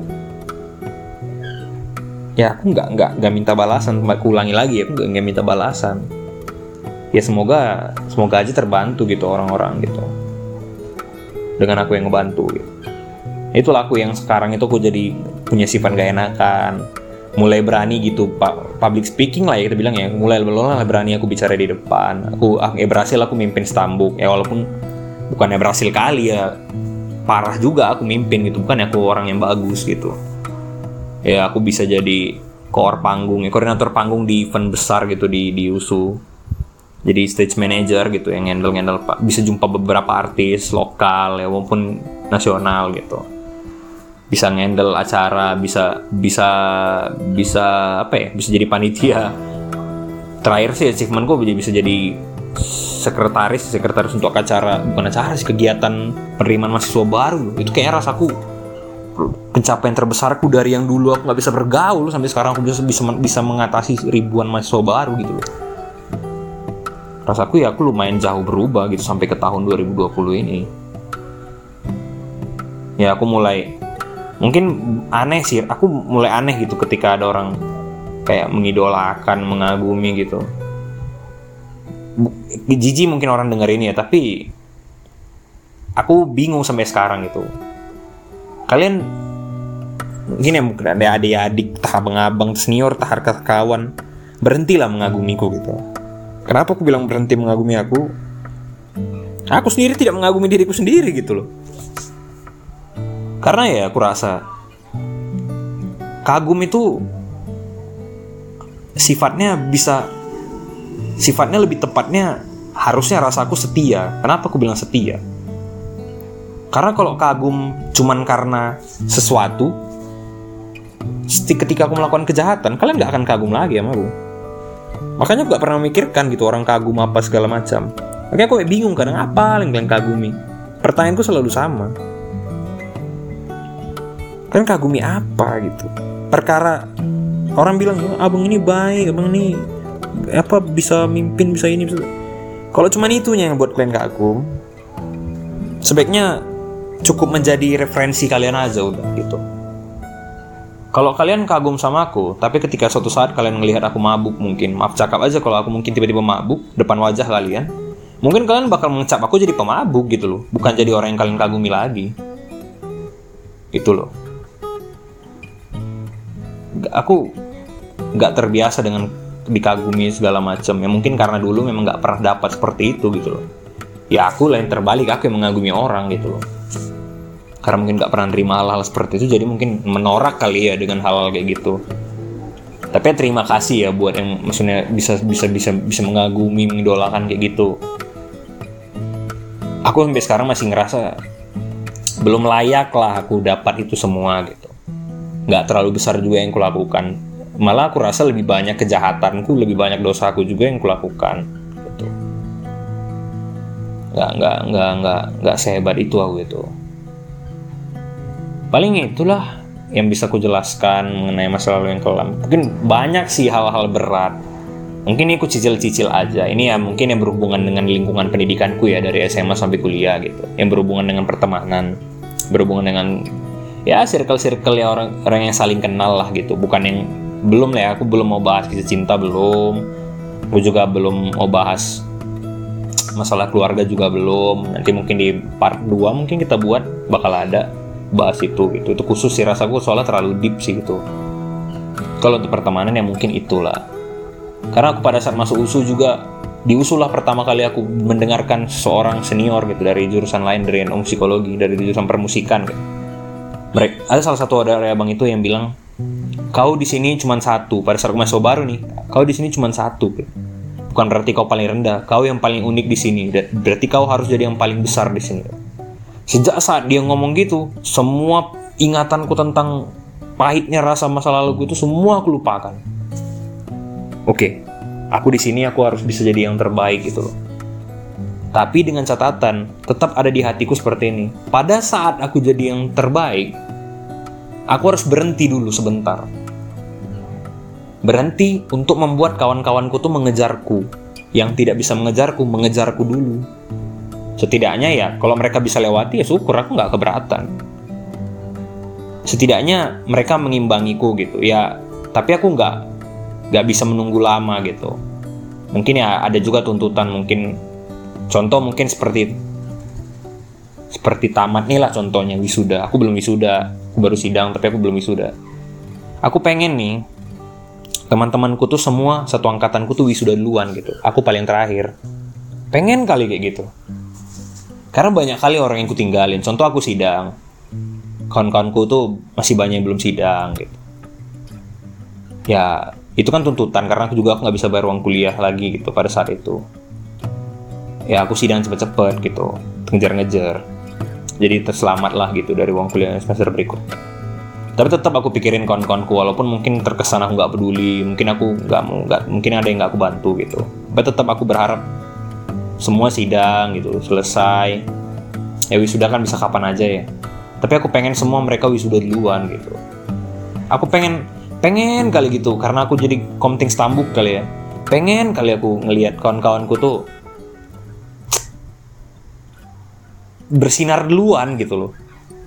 ya aku nggak nggak nggak minta balasan. Aku ulangi lagi, aku nggak minta balasan. Ya semoga semoga aja terbantu gitu orang-orang gitu dengan aku yang ngebantu. Gitu. Itulah aku yang sekarang itu aku jadi punya sifat gak enakan, mulai berani gitu public speaking lah ya kita bilang ya, mulai mulai berani aku bicara di depan. Aku ah, eh, berhasil aku mimpin Stambuk ya, walaupun bukannya berhasil kali ya, parah juga aku mimpin gitu, bukan aku orang yang bagus gitu. Ya aku bisa jadi koor panggung, ya, koordinator panggung di event besar gitu di di U S U. Jadi stage manager gitu yang handle-handle bisa jumpa beberapa artis lokal ya maupun nasional gitu. Bisa ngendel acara, bisa bisa bisa apa ya? Bisa jadi panitia. Terakhir sih achievementku bisa jadi sekretaris sekretaris untuk acara, bukan acara sih, kegiatan penerimaan mahasiswa baru. Itu kayak rasaku pencapaian terbesarku dari yang dulu aku nggak bisa bergaul sampai sekarang aku bisa bisa bisa mengatasi ribuan mahasiswa baru gitu loh. Rasaku ya aku lumayan jauh berubah gitu sampai ke tahun dua ribu dua puluh ini. Ya aku mulai mungkin aneh sih, aku mulai aneh gitu ketika ada orang kayak mengidolakan, mengagumi gitu. Jijik mungkin orang denger ini ya, tapi aku bingung sampai sekarang gitu. Kalian gini ya, mungkin ada adik-adik, tah abang-abang, senior, tah harkat kawan, berhentilah mengagumiku gitu. Kenapa aku bilang berhenti mengagumi aku? Aku sendiri tidak mengagumi diriku sendiri gitu loh. Karena ya aku rasa kagum itu sifatnya bisa sifatnya lebih tepatnya harusnya rasa aku setia. Kenapa aku bilang setia? Karena kalau kagum cuman karena sesuatu, ketika aku melakukan kejahatan, kalian gak akan kagum lagi sama aku. Makanya aku gak pernah memikirkan gitu orang kagum apa segala macam. Makanya aku bingung kadang apa yang kalian kagumi. Pertanyaanku selalu sama. Kalian kagumi apa gitu? Perkara orang bilang, oh, abang ini baik, abang ini apa bisa mimpin, bisa ini, bisa. Kalau cuman itunya yang buat kalian kagum, sebaiknya cukup menjadi referensi kalian aja udah gitu. Kalau kalian kagum sama aku, tapi ketika suatu saat kalian melihat aku mabuk mungkin, maaf cakap aja kalau aku mungkin tiba-tiba mabuk depan wajah kalian, mungkin kalian bakal mengecap aku jadi pemabuk gitu loh, bukan jadi orang yang kalian kagumi lagi. Gitu loh. Aku gak terbiasa dengan dikagumi segala macam. Ya mungkin karena dulu memang gak pernah dapat seperti itu gitu loh. Ya aku lain terbalik, aku yang mengagumi orang gitu loh. Karena mungkin gak pernah nerima hal-hal seperti itu, jadi mungkin menorak kali ya dengan hal-hal kayak gitu. Tapi ya terima kasih ya buat yang maksudnya bisa bisa bisa bisa mengagumi, mengidolakan kayak gitu. Aku sampai sekarang masih ngerasa belum layak lah aku dapat itu semua gitu. Gak terlalu besar juga yang kulakukan. Malah aku rasa lebih banyak kejahatanku, lebih banyak dosaku juga yang kulakukan gitu. Gak, gak, gak, gak, gak sehebat itu aku gitu. Paling itulah yang bisa ku jelaskan mengenai masa lalu yang kelam. Mungkin banyak sih hal-hal berat. Mungkin ini aku cicil-cicil aja. Ini ya mungkin yang berhubungan dengan lingkungan pendidikanku ya, dari S M A sampai kuliah gitu. Yang berhubungan dengan pertemanan, berhubungan dengan ya circle-circle ya orang orang yang saling kenal lah gitu. Bukan yang belum lah ya, aku belum mau bahas kisah cinta belum. Aku juga belum mau bahas masalah keluarga juga belum. Nanti mungkin di part dua mungkin kita buat bakal ada bahas itu gitu. Itu khusus sih rasaku soalnya terlalu deep sih gitu. Kalau untuk pertemanan ya mungkin itulah. Karena aku pada saat masuk U S U juga di U S U lah pertama kali aku mendengarkan seorang senior gitu dari jurusan lain, dari non psikologi, dari jurusan permusikan gitu. Mereka ada salah satu dari abang itu yang bilang, kau di sini cuma satu. Pada saat aku masuk baru nih, kau di sini cuma satu. Gitu. Bukan berarti kau paling rendah, kau yang paling unik di sini. Berarti kau harus jadi yang paling besar di sini. Sejak saat dia ngomong gitu, semua ingatanku tentang pahitnya rasa masa lalu itu semua aku lupakan. Oke, aku di sini aku harus bisa jadi yang terbaik gitu loh. Tapi dengan catatan, tetap ada di hatiku seperti ini. Pada saat aku jadi yang terbaik, aku harus berhenti dulu sebentar. Berhenti untuk membuat kawan-kawanku tuh mengejarku. Yang tidak bisa mengejarku, mengejarku dulu. Setidaknya ya, kalau mereka bisa lewati ya syukur, aku nggak keberatan. Setidaknya mereka mengimbangiku gitu ya. Tapi aku nggak nggak bisa menunggu lama gitu. Mungkin ya ada juga tuntutan, mungkin contoh mungkin seperti seperti tamat nih lah contohnya wisuda. Aku belum wisuda, aku baru sidang tapi aku belum wisuda. Aku pengen nih teman-temanku tuh semua satu angkatanku tuh wisuda duluan gitu. Aku paling terakhir. Pengen kali kayak gitu. Karena banyak kali orang yang ku tinggalin. Contoh aku sidang, kawan-kawanku tuh masih banyak yang belum sidang gitu. Ya itu kan tuntutan, karena aku juga aku nggak bisa bayar uang kuliah lagi gitu pada saat itu. Ya aku sidang cepet-cepet gitu, ngejar-ngejar. Jadi terselamat lah gitu dari uang kuliah semester berikut. Tapi tetap aku pikirin kawan-kawanku, walaupun mungkin terkesan aku nggak peduli, mungkin aku nggak mau, nggak mungkin ada yang nggak aku bantu gitu. Tapi tetap aku berharap semua sidang gitu selesai. Ya wisuda kan bisa kapan aja ya. Tapi aku pengen semua mereka wisuda duluan gitu. Aku pengen pengen kali gitu, karena aku jadi komting stambuk kali ya. Pengen kali aku ngelihat kawan-kawanku tuh bersinar duluan gitu loh.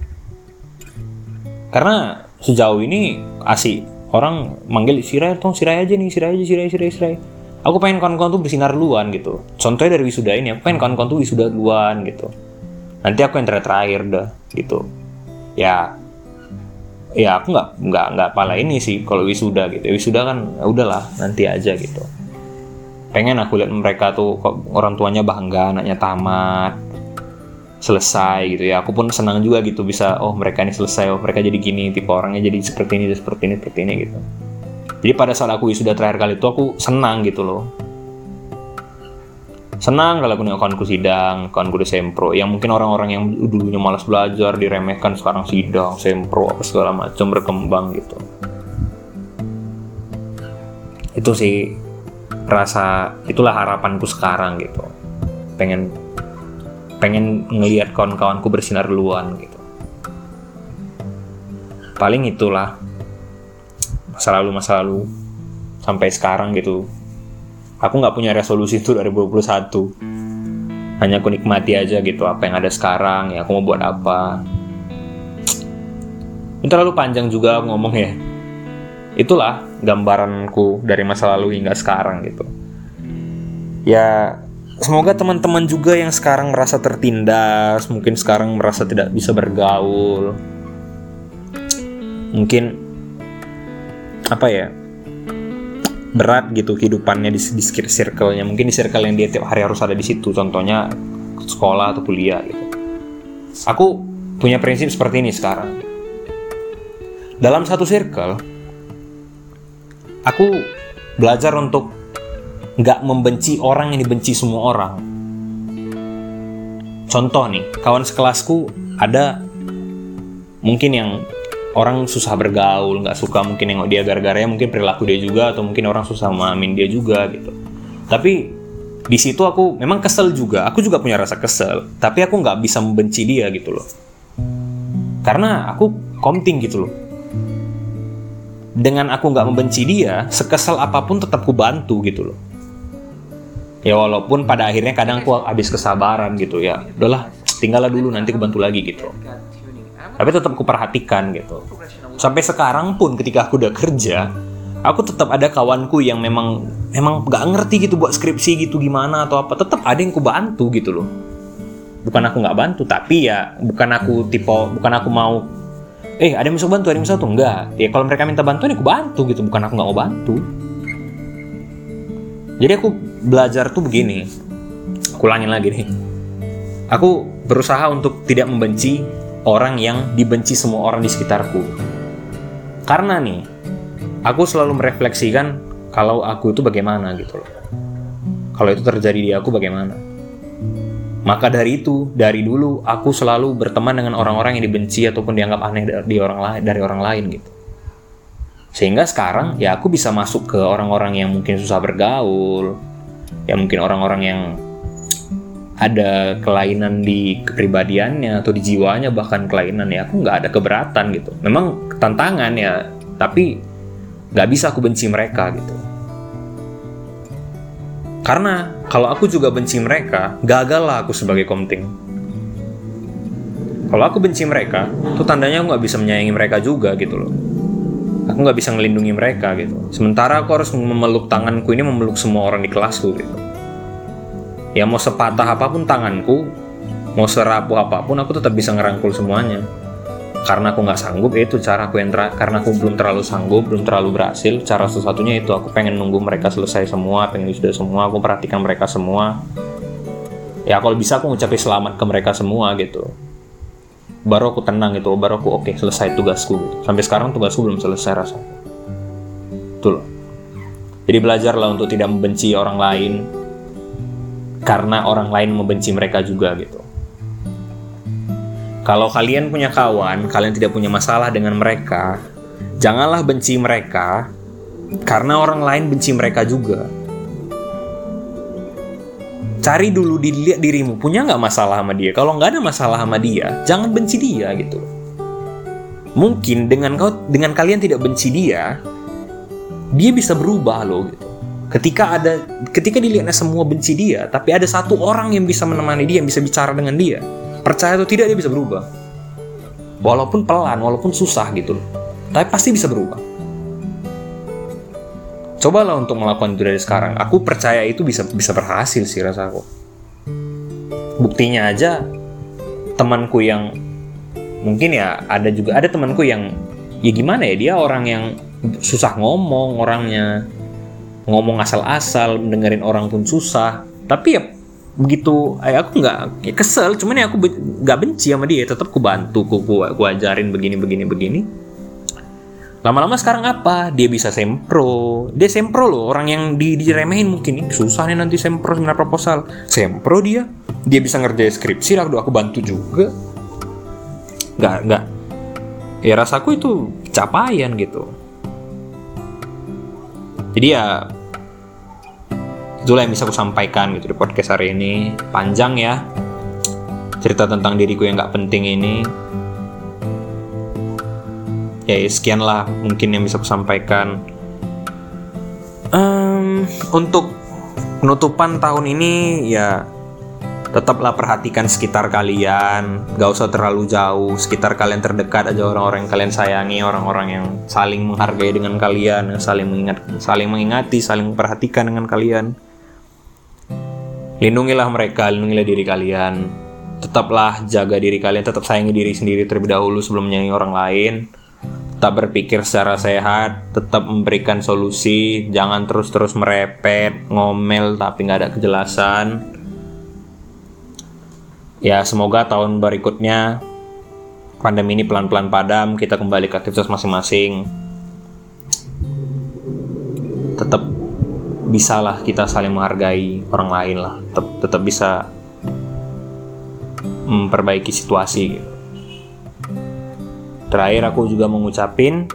Karena sejauh ini asik orang manggil Sirai, tong Sirai aja nih, Sirai aja, Sirai, Sirai, Sirai. Aku pengen kawan-kawan tuh bersinar duluan gitu. Contohnya dari wisuda ini, aku pengen kawan-kawan tuh wisuda duluan gitu. Nanti aku yang terakhir dah gitu. Ya, ya aku nggak nggak nggak pala ini sih kalau wisuda gitu. Wisuda kan udahlah nanti aja gitu. Pengen aku lihat mereka tuh kok orang tuanya bangga anaknya tamat, selesai gitu ya. Aku pun senang juga gitu bisa, oh mereka ini selesai, oh mereka jadi gini, tipe orangnya jadi seperti ini, seperti ini, seperti ini gitu. Jadi pada saat aku wisuda terakhir kali itu aku senang gitu loh. Senang kalau aku nengok kawanku sidang, kawanku di sempro. Yang mungkin orang-orang yang dulunya malas belajar, diremehkan, sekarang sidang, sempro, apa segala macam, berkembang gitu. Itu sih rasa, itulah harapanku sekarang gitu. Pengen pengen ngelihat kawan-kawanku bersinar duluan gitu. Paling itulah masa lalu masa lalu sampai sekarang gitu. Aku nggak punya resolusi itu dari dua ribu dua puluh satu. Hanya aku nikmati aja gitu apa yang ada sekarang. Ya aku mau buat apa. Itu terlalu panjang juga aku ngomong ya. Itulah gambaranku dari masa lalu hingga sekarang gitu. Ya semoga teman-teman juga yang sekarang merasa tertindas, mungkin sekarang merasa tidak bisa bergaul, mungkin apa ya, berat gitu kehidupannya di, di circle-nya, mungkin di circle yang dia tiap hari harus ada di situ, contohnya sekolah atau kuliah gitu. Aku punya prinsip seperti ini sekarang. Dalam satu circle, aku belajar untuk nggak membenci orang yang dibenci semua orang. Contoh nih, kawan sekelasku ada mungkin yang orang susah bergaul, nggak suka mungkin nengok dia gara-garanya mungkin perilaku dia juga, atau mungkin orang susah memahamin dia juga gitu. Tapi di situ aku memang kesel juga, aku juga punya rasa kesel, tapi aku nggak bisa membenci dia gitu loh. Karena aku komting gitu loh. Dengan aku nggak membenci dia, sekesal apapun tetap ku bantu gitu loh. Ya walaupun pada akhirnya kadang aku habis kesabaran gitu ya. Udahlah, tinggallah dulu, nanti ku bantu lagi gitu. Tapi tetap ku perhatikan gitu. Sampai sekarang pun ketika aku udah kerja, aku tetap ada kawanku yang memang memang nggak ngerti gitu buat skripsi gitu gimana atau apa. Tetap ada yang ku bantu gitu loh. Bukan aku nggak bantu, tapi ya bukan aku tipe, bukan aku mau eh ada yang bisa bantu, ada yang bisa bantu, enggak. Ya kalau mereka minta bantuan, aku bantu gitu, bukan aku nggak mau bantu. Jadi aku belajar tuh begini, aku ulangin lagi nih. Aku berusaha untuk tidak membenci orang yang dibenci semua orang di sekitarku. Karena nih, aku selalu merefleksikan kalau aku itu bagaimana gitu loh. Kalau itu terjadi di aku bagaimana. Maka dari itu, dari dulu aku selalu berteman dengan orang-orang yang dibenci ataupun dianggap aneh dari orang lain, dari orang lain gitu. Sehingga sekarang ya aku bisa masuk ke orang-orang yang mungkin susah bergaul, ya mungkin orang-orang yang ada kelainan di kepribadiannya atau di jiwanya, bahkan kelainan, ya aku nggak ada keberatan gitu. Memang tantangan ya, tapi nggak bisa aku benci mereka gitu. Karena kalau aku juga benci mereka, gagal lah aku sebagai komting. Kalau aku benci mereka, itu tandanya aku nggak bisa menyayangi mereka juga gitu loh. Aku nggak bisa ngelindungi mereka gitu. Sementara aku harus memeluk tanganku ini, memeluk semua orang di kelasku gitu. Ya mau sepatah apapun tanganku, mau serapuh apapun, aku tetap bisa ngerangkul semuanya. Karena aku nggak sanggup, itu cara aku yang ter- karena aku belum terlalu sanggup, belum terlalu berhasil. Cara satu-satunya itu aku pengen nunggu mereka selesai semua, pengen sudah semua, aku perhatikan mereka semua. Ya kalau bisa aku ngucapin selamat ke mereka semua gitu. Baru aku tenang gitu, baru aku oke okay, selesai tugasku gitu. Sampai sekarang tugasku belum selesai rasanya. Betul. Jadi belajarlah untuk tidak membenci orang lain karena orang lain membenci mereka juga gitu. Kalau kalian punya kawan, kalian tidak punya masalah dengan mereka, janganlah benci mereka karena orang lain benci mereka juga. Cari dulu, dilihat dirimu, punya nggak masalah sama dia. Kalau nggak ada masalah sama dia, jangan benci dia gitu. Mungkin dengan kau, dengan kalian tidak benci dia, dia bisa berubah loh gitu. Ketika ada, ketika dilihatnya semua benci dia, tapi ada satu orang yang bisa menemani dia, yang bisa bicara dengan dia, percaya atau tidak dia bisa berubah. Walaupun pelan, walaupun susah gitu loh, tapi pasti bisa berubah. Cobalah untuk melakukan itu dari sekarang. Aku percaya itu bisa bisa berhasil sih rasaku. Buktinya aja temanku yang mungkin ya ada juga ada temanku yang ya gimana ya, dia orang yang susah ngomong, orangnya ngomong asal-asal, dengerin orang pun susah. Tapi ya begitu, eh, aku nggak ya kesel, cuman ya aku nggak be- benci sama dia, tetap ku bantu, ku, ku, ku ajarin begini begini begini. Lama-lama sekarang apa? Dia bisa sempro. Dia sempro loh, orang yang di, diremehin mungkin. Susah nih nanti sempro seminar proposal. Sempro dia. Dia bisa ngerjain skripsi, aku aku bantu juga. Nggak, nggak. Ya rasaku itu capaian gitu. Jadi ya itulah yang bisa aku sampaikan gitu di podcast hari ini. Panjang ya cerita tentang diriku yang nggak penting ini. Ya sekianlah mungkin yang bisa aku sampaikan. Um, untuk penutupan tahun ini ya tetaplah perhatikan sekitar kalian, gak usah terlalu jauh. Sekitar kalian terdekat aja orang-orang yang kalian sayangi, orang-orang yang saling menghargai dengan kalian, yang saling mengingat, saling mengingati, saling memperhatikan dengan kalian. Lindungilah mereka, lindungilah diri kalian. Tetaplah jaga diri kalian, tetap sayangi diri sendiri terlebih dahulu sebelum menyayangi orang lain. Tetap berpikir secara sehat, tetap memberikan solusi, jangan terus-terus merepet, ngomel tapi nggak ada kejelasan. Ya semoga tahun berikutnya pandemi ini pelan-pelan padam, kita kembali ke aktivitas masing-masing. Tetap bisalah kita saling menghargai orang lain lah, tetap, tetap bisa memperbaiki situasi gitu. Terakhir aku juga mengucapin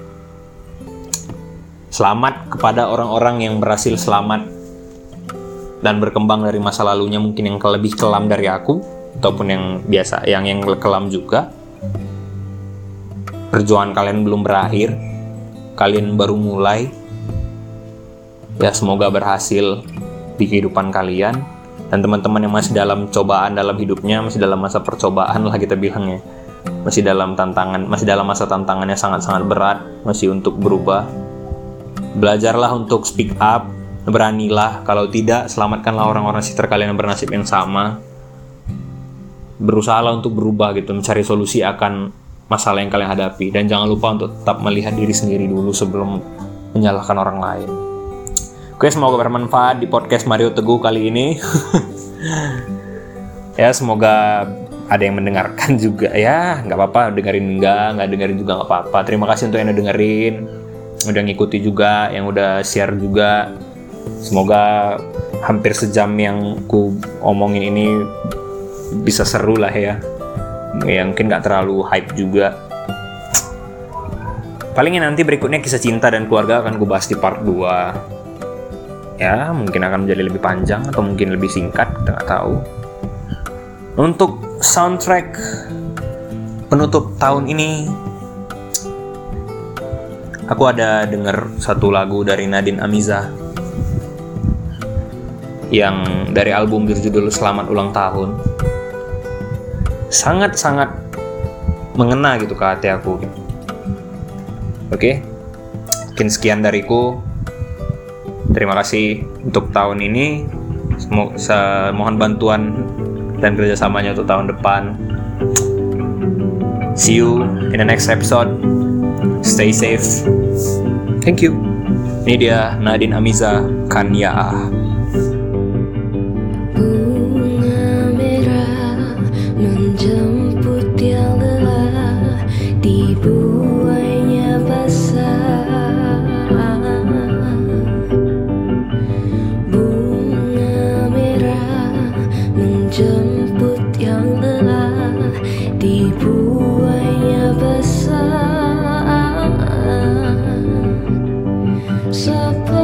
selamat kepada orang-orang yang berhasil selamat dan berkembang dari masa lalunya, mungkin yang lebih kelam dari aku ataupun yang biasa, yang yang kelam juga. perjuangan kalian belum berakhir, kalian baru mulai. Ya semoga berhasil di kehidupan kalian. Dan teman-teman yang masih dalam cobaan dalam hidupnya, masih dalam masa percobaan lah kita bilangnya, masih dalam tantangan, masih dalam masa tantangannya sangat-sangat berat, masih untuk berubah. Belajarlah untuk speak up, beranilah. Kalau tidak, selamatkanlah orang-orang sekitar kalian yang bernasib yang sama. Berusahalah untuk berubah gitu, mencari solusi akan masalah yang kalian hadapi. Dan jangan lupa untuk tetap melihat diri sendiri dulu sebelum menyalahkan orang lain. Oke, semoga bermanfaat di podcast Mario Teguh kali ini. Ya, semoga ada yang mendengarkan juga. Ya, nggak apa-apa, dengerin enggak, nggak dengerin juga nggak apa-apa. Terima kasih untuk yang udah dengerin, udah ngikuti juga, yang udah share juga. Semoga hampir sejam yang ku omongin ini bisa seru lah ya. Ya mungkin nggak terlalu hype juga. Palingnya nanti berikutnya kisah cinta dan keluarga akan gue bahas di part dua. Ya mungkin akan menjadi lebih panjang atau mungkin lebih singkat, kita nggak tahu. Untuk soundtrack penutup tahun ini, aku ada denger satu lagu dari Nadine Amizah yang dari album berjudul Selamat Ulang Tahun. Sangat-sangat mengena gitu ke hati aku. Oke, mungkin sekian dariku. Terima kasih untuk tahun ini. Semoga, mohon bantuan dan kerjasamanya untuk tahun depan. See you in the next episode. Stay safe. Thank you. Ini dia Nadine Amizah, Kanya. Menjemput yang lelah dibuainya basah. Bunga merah menjemput yang lelah dibuainya basah. Seperti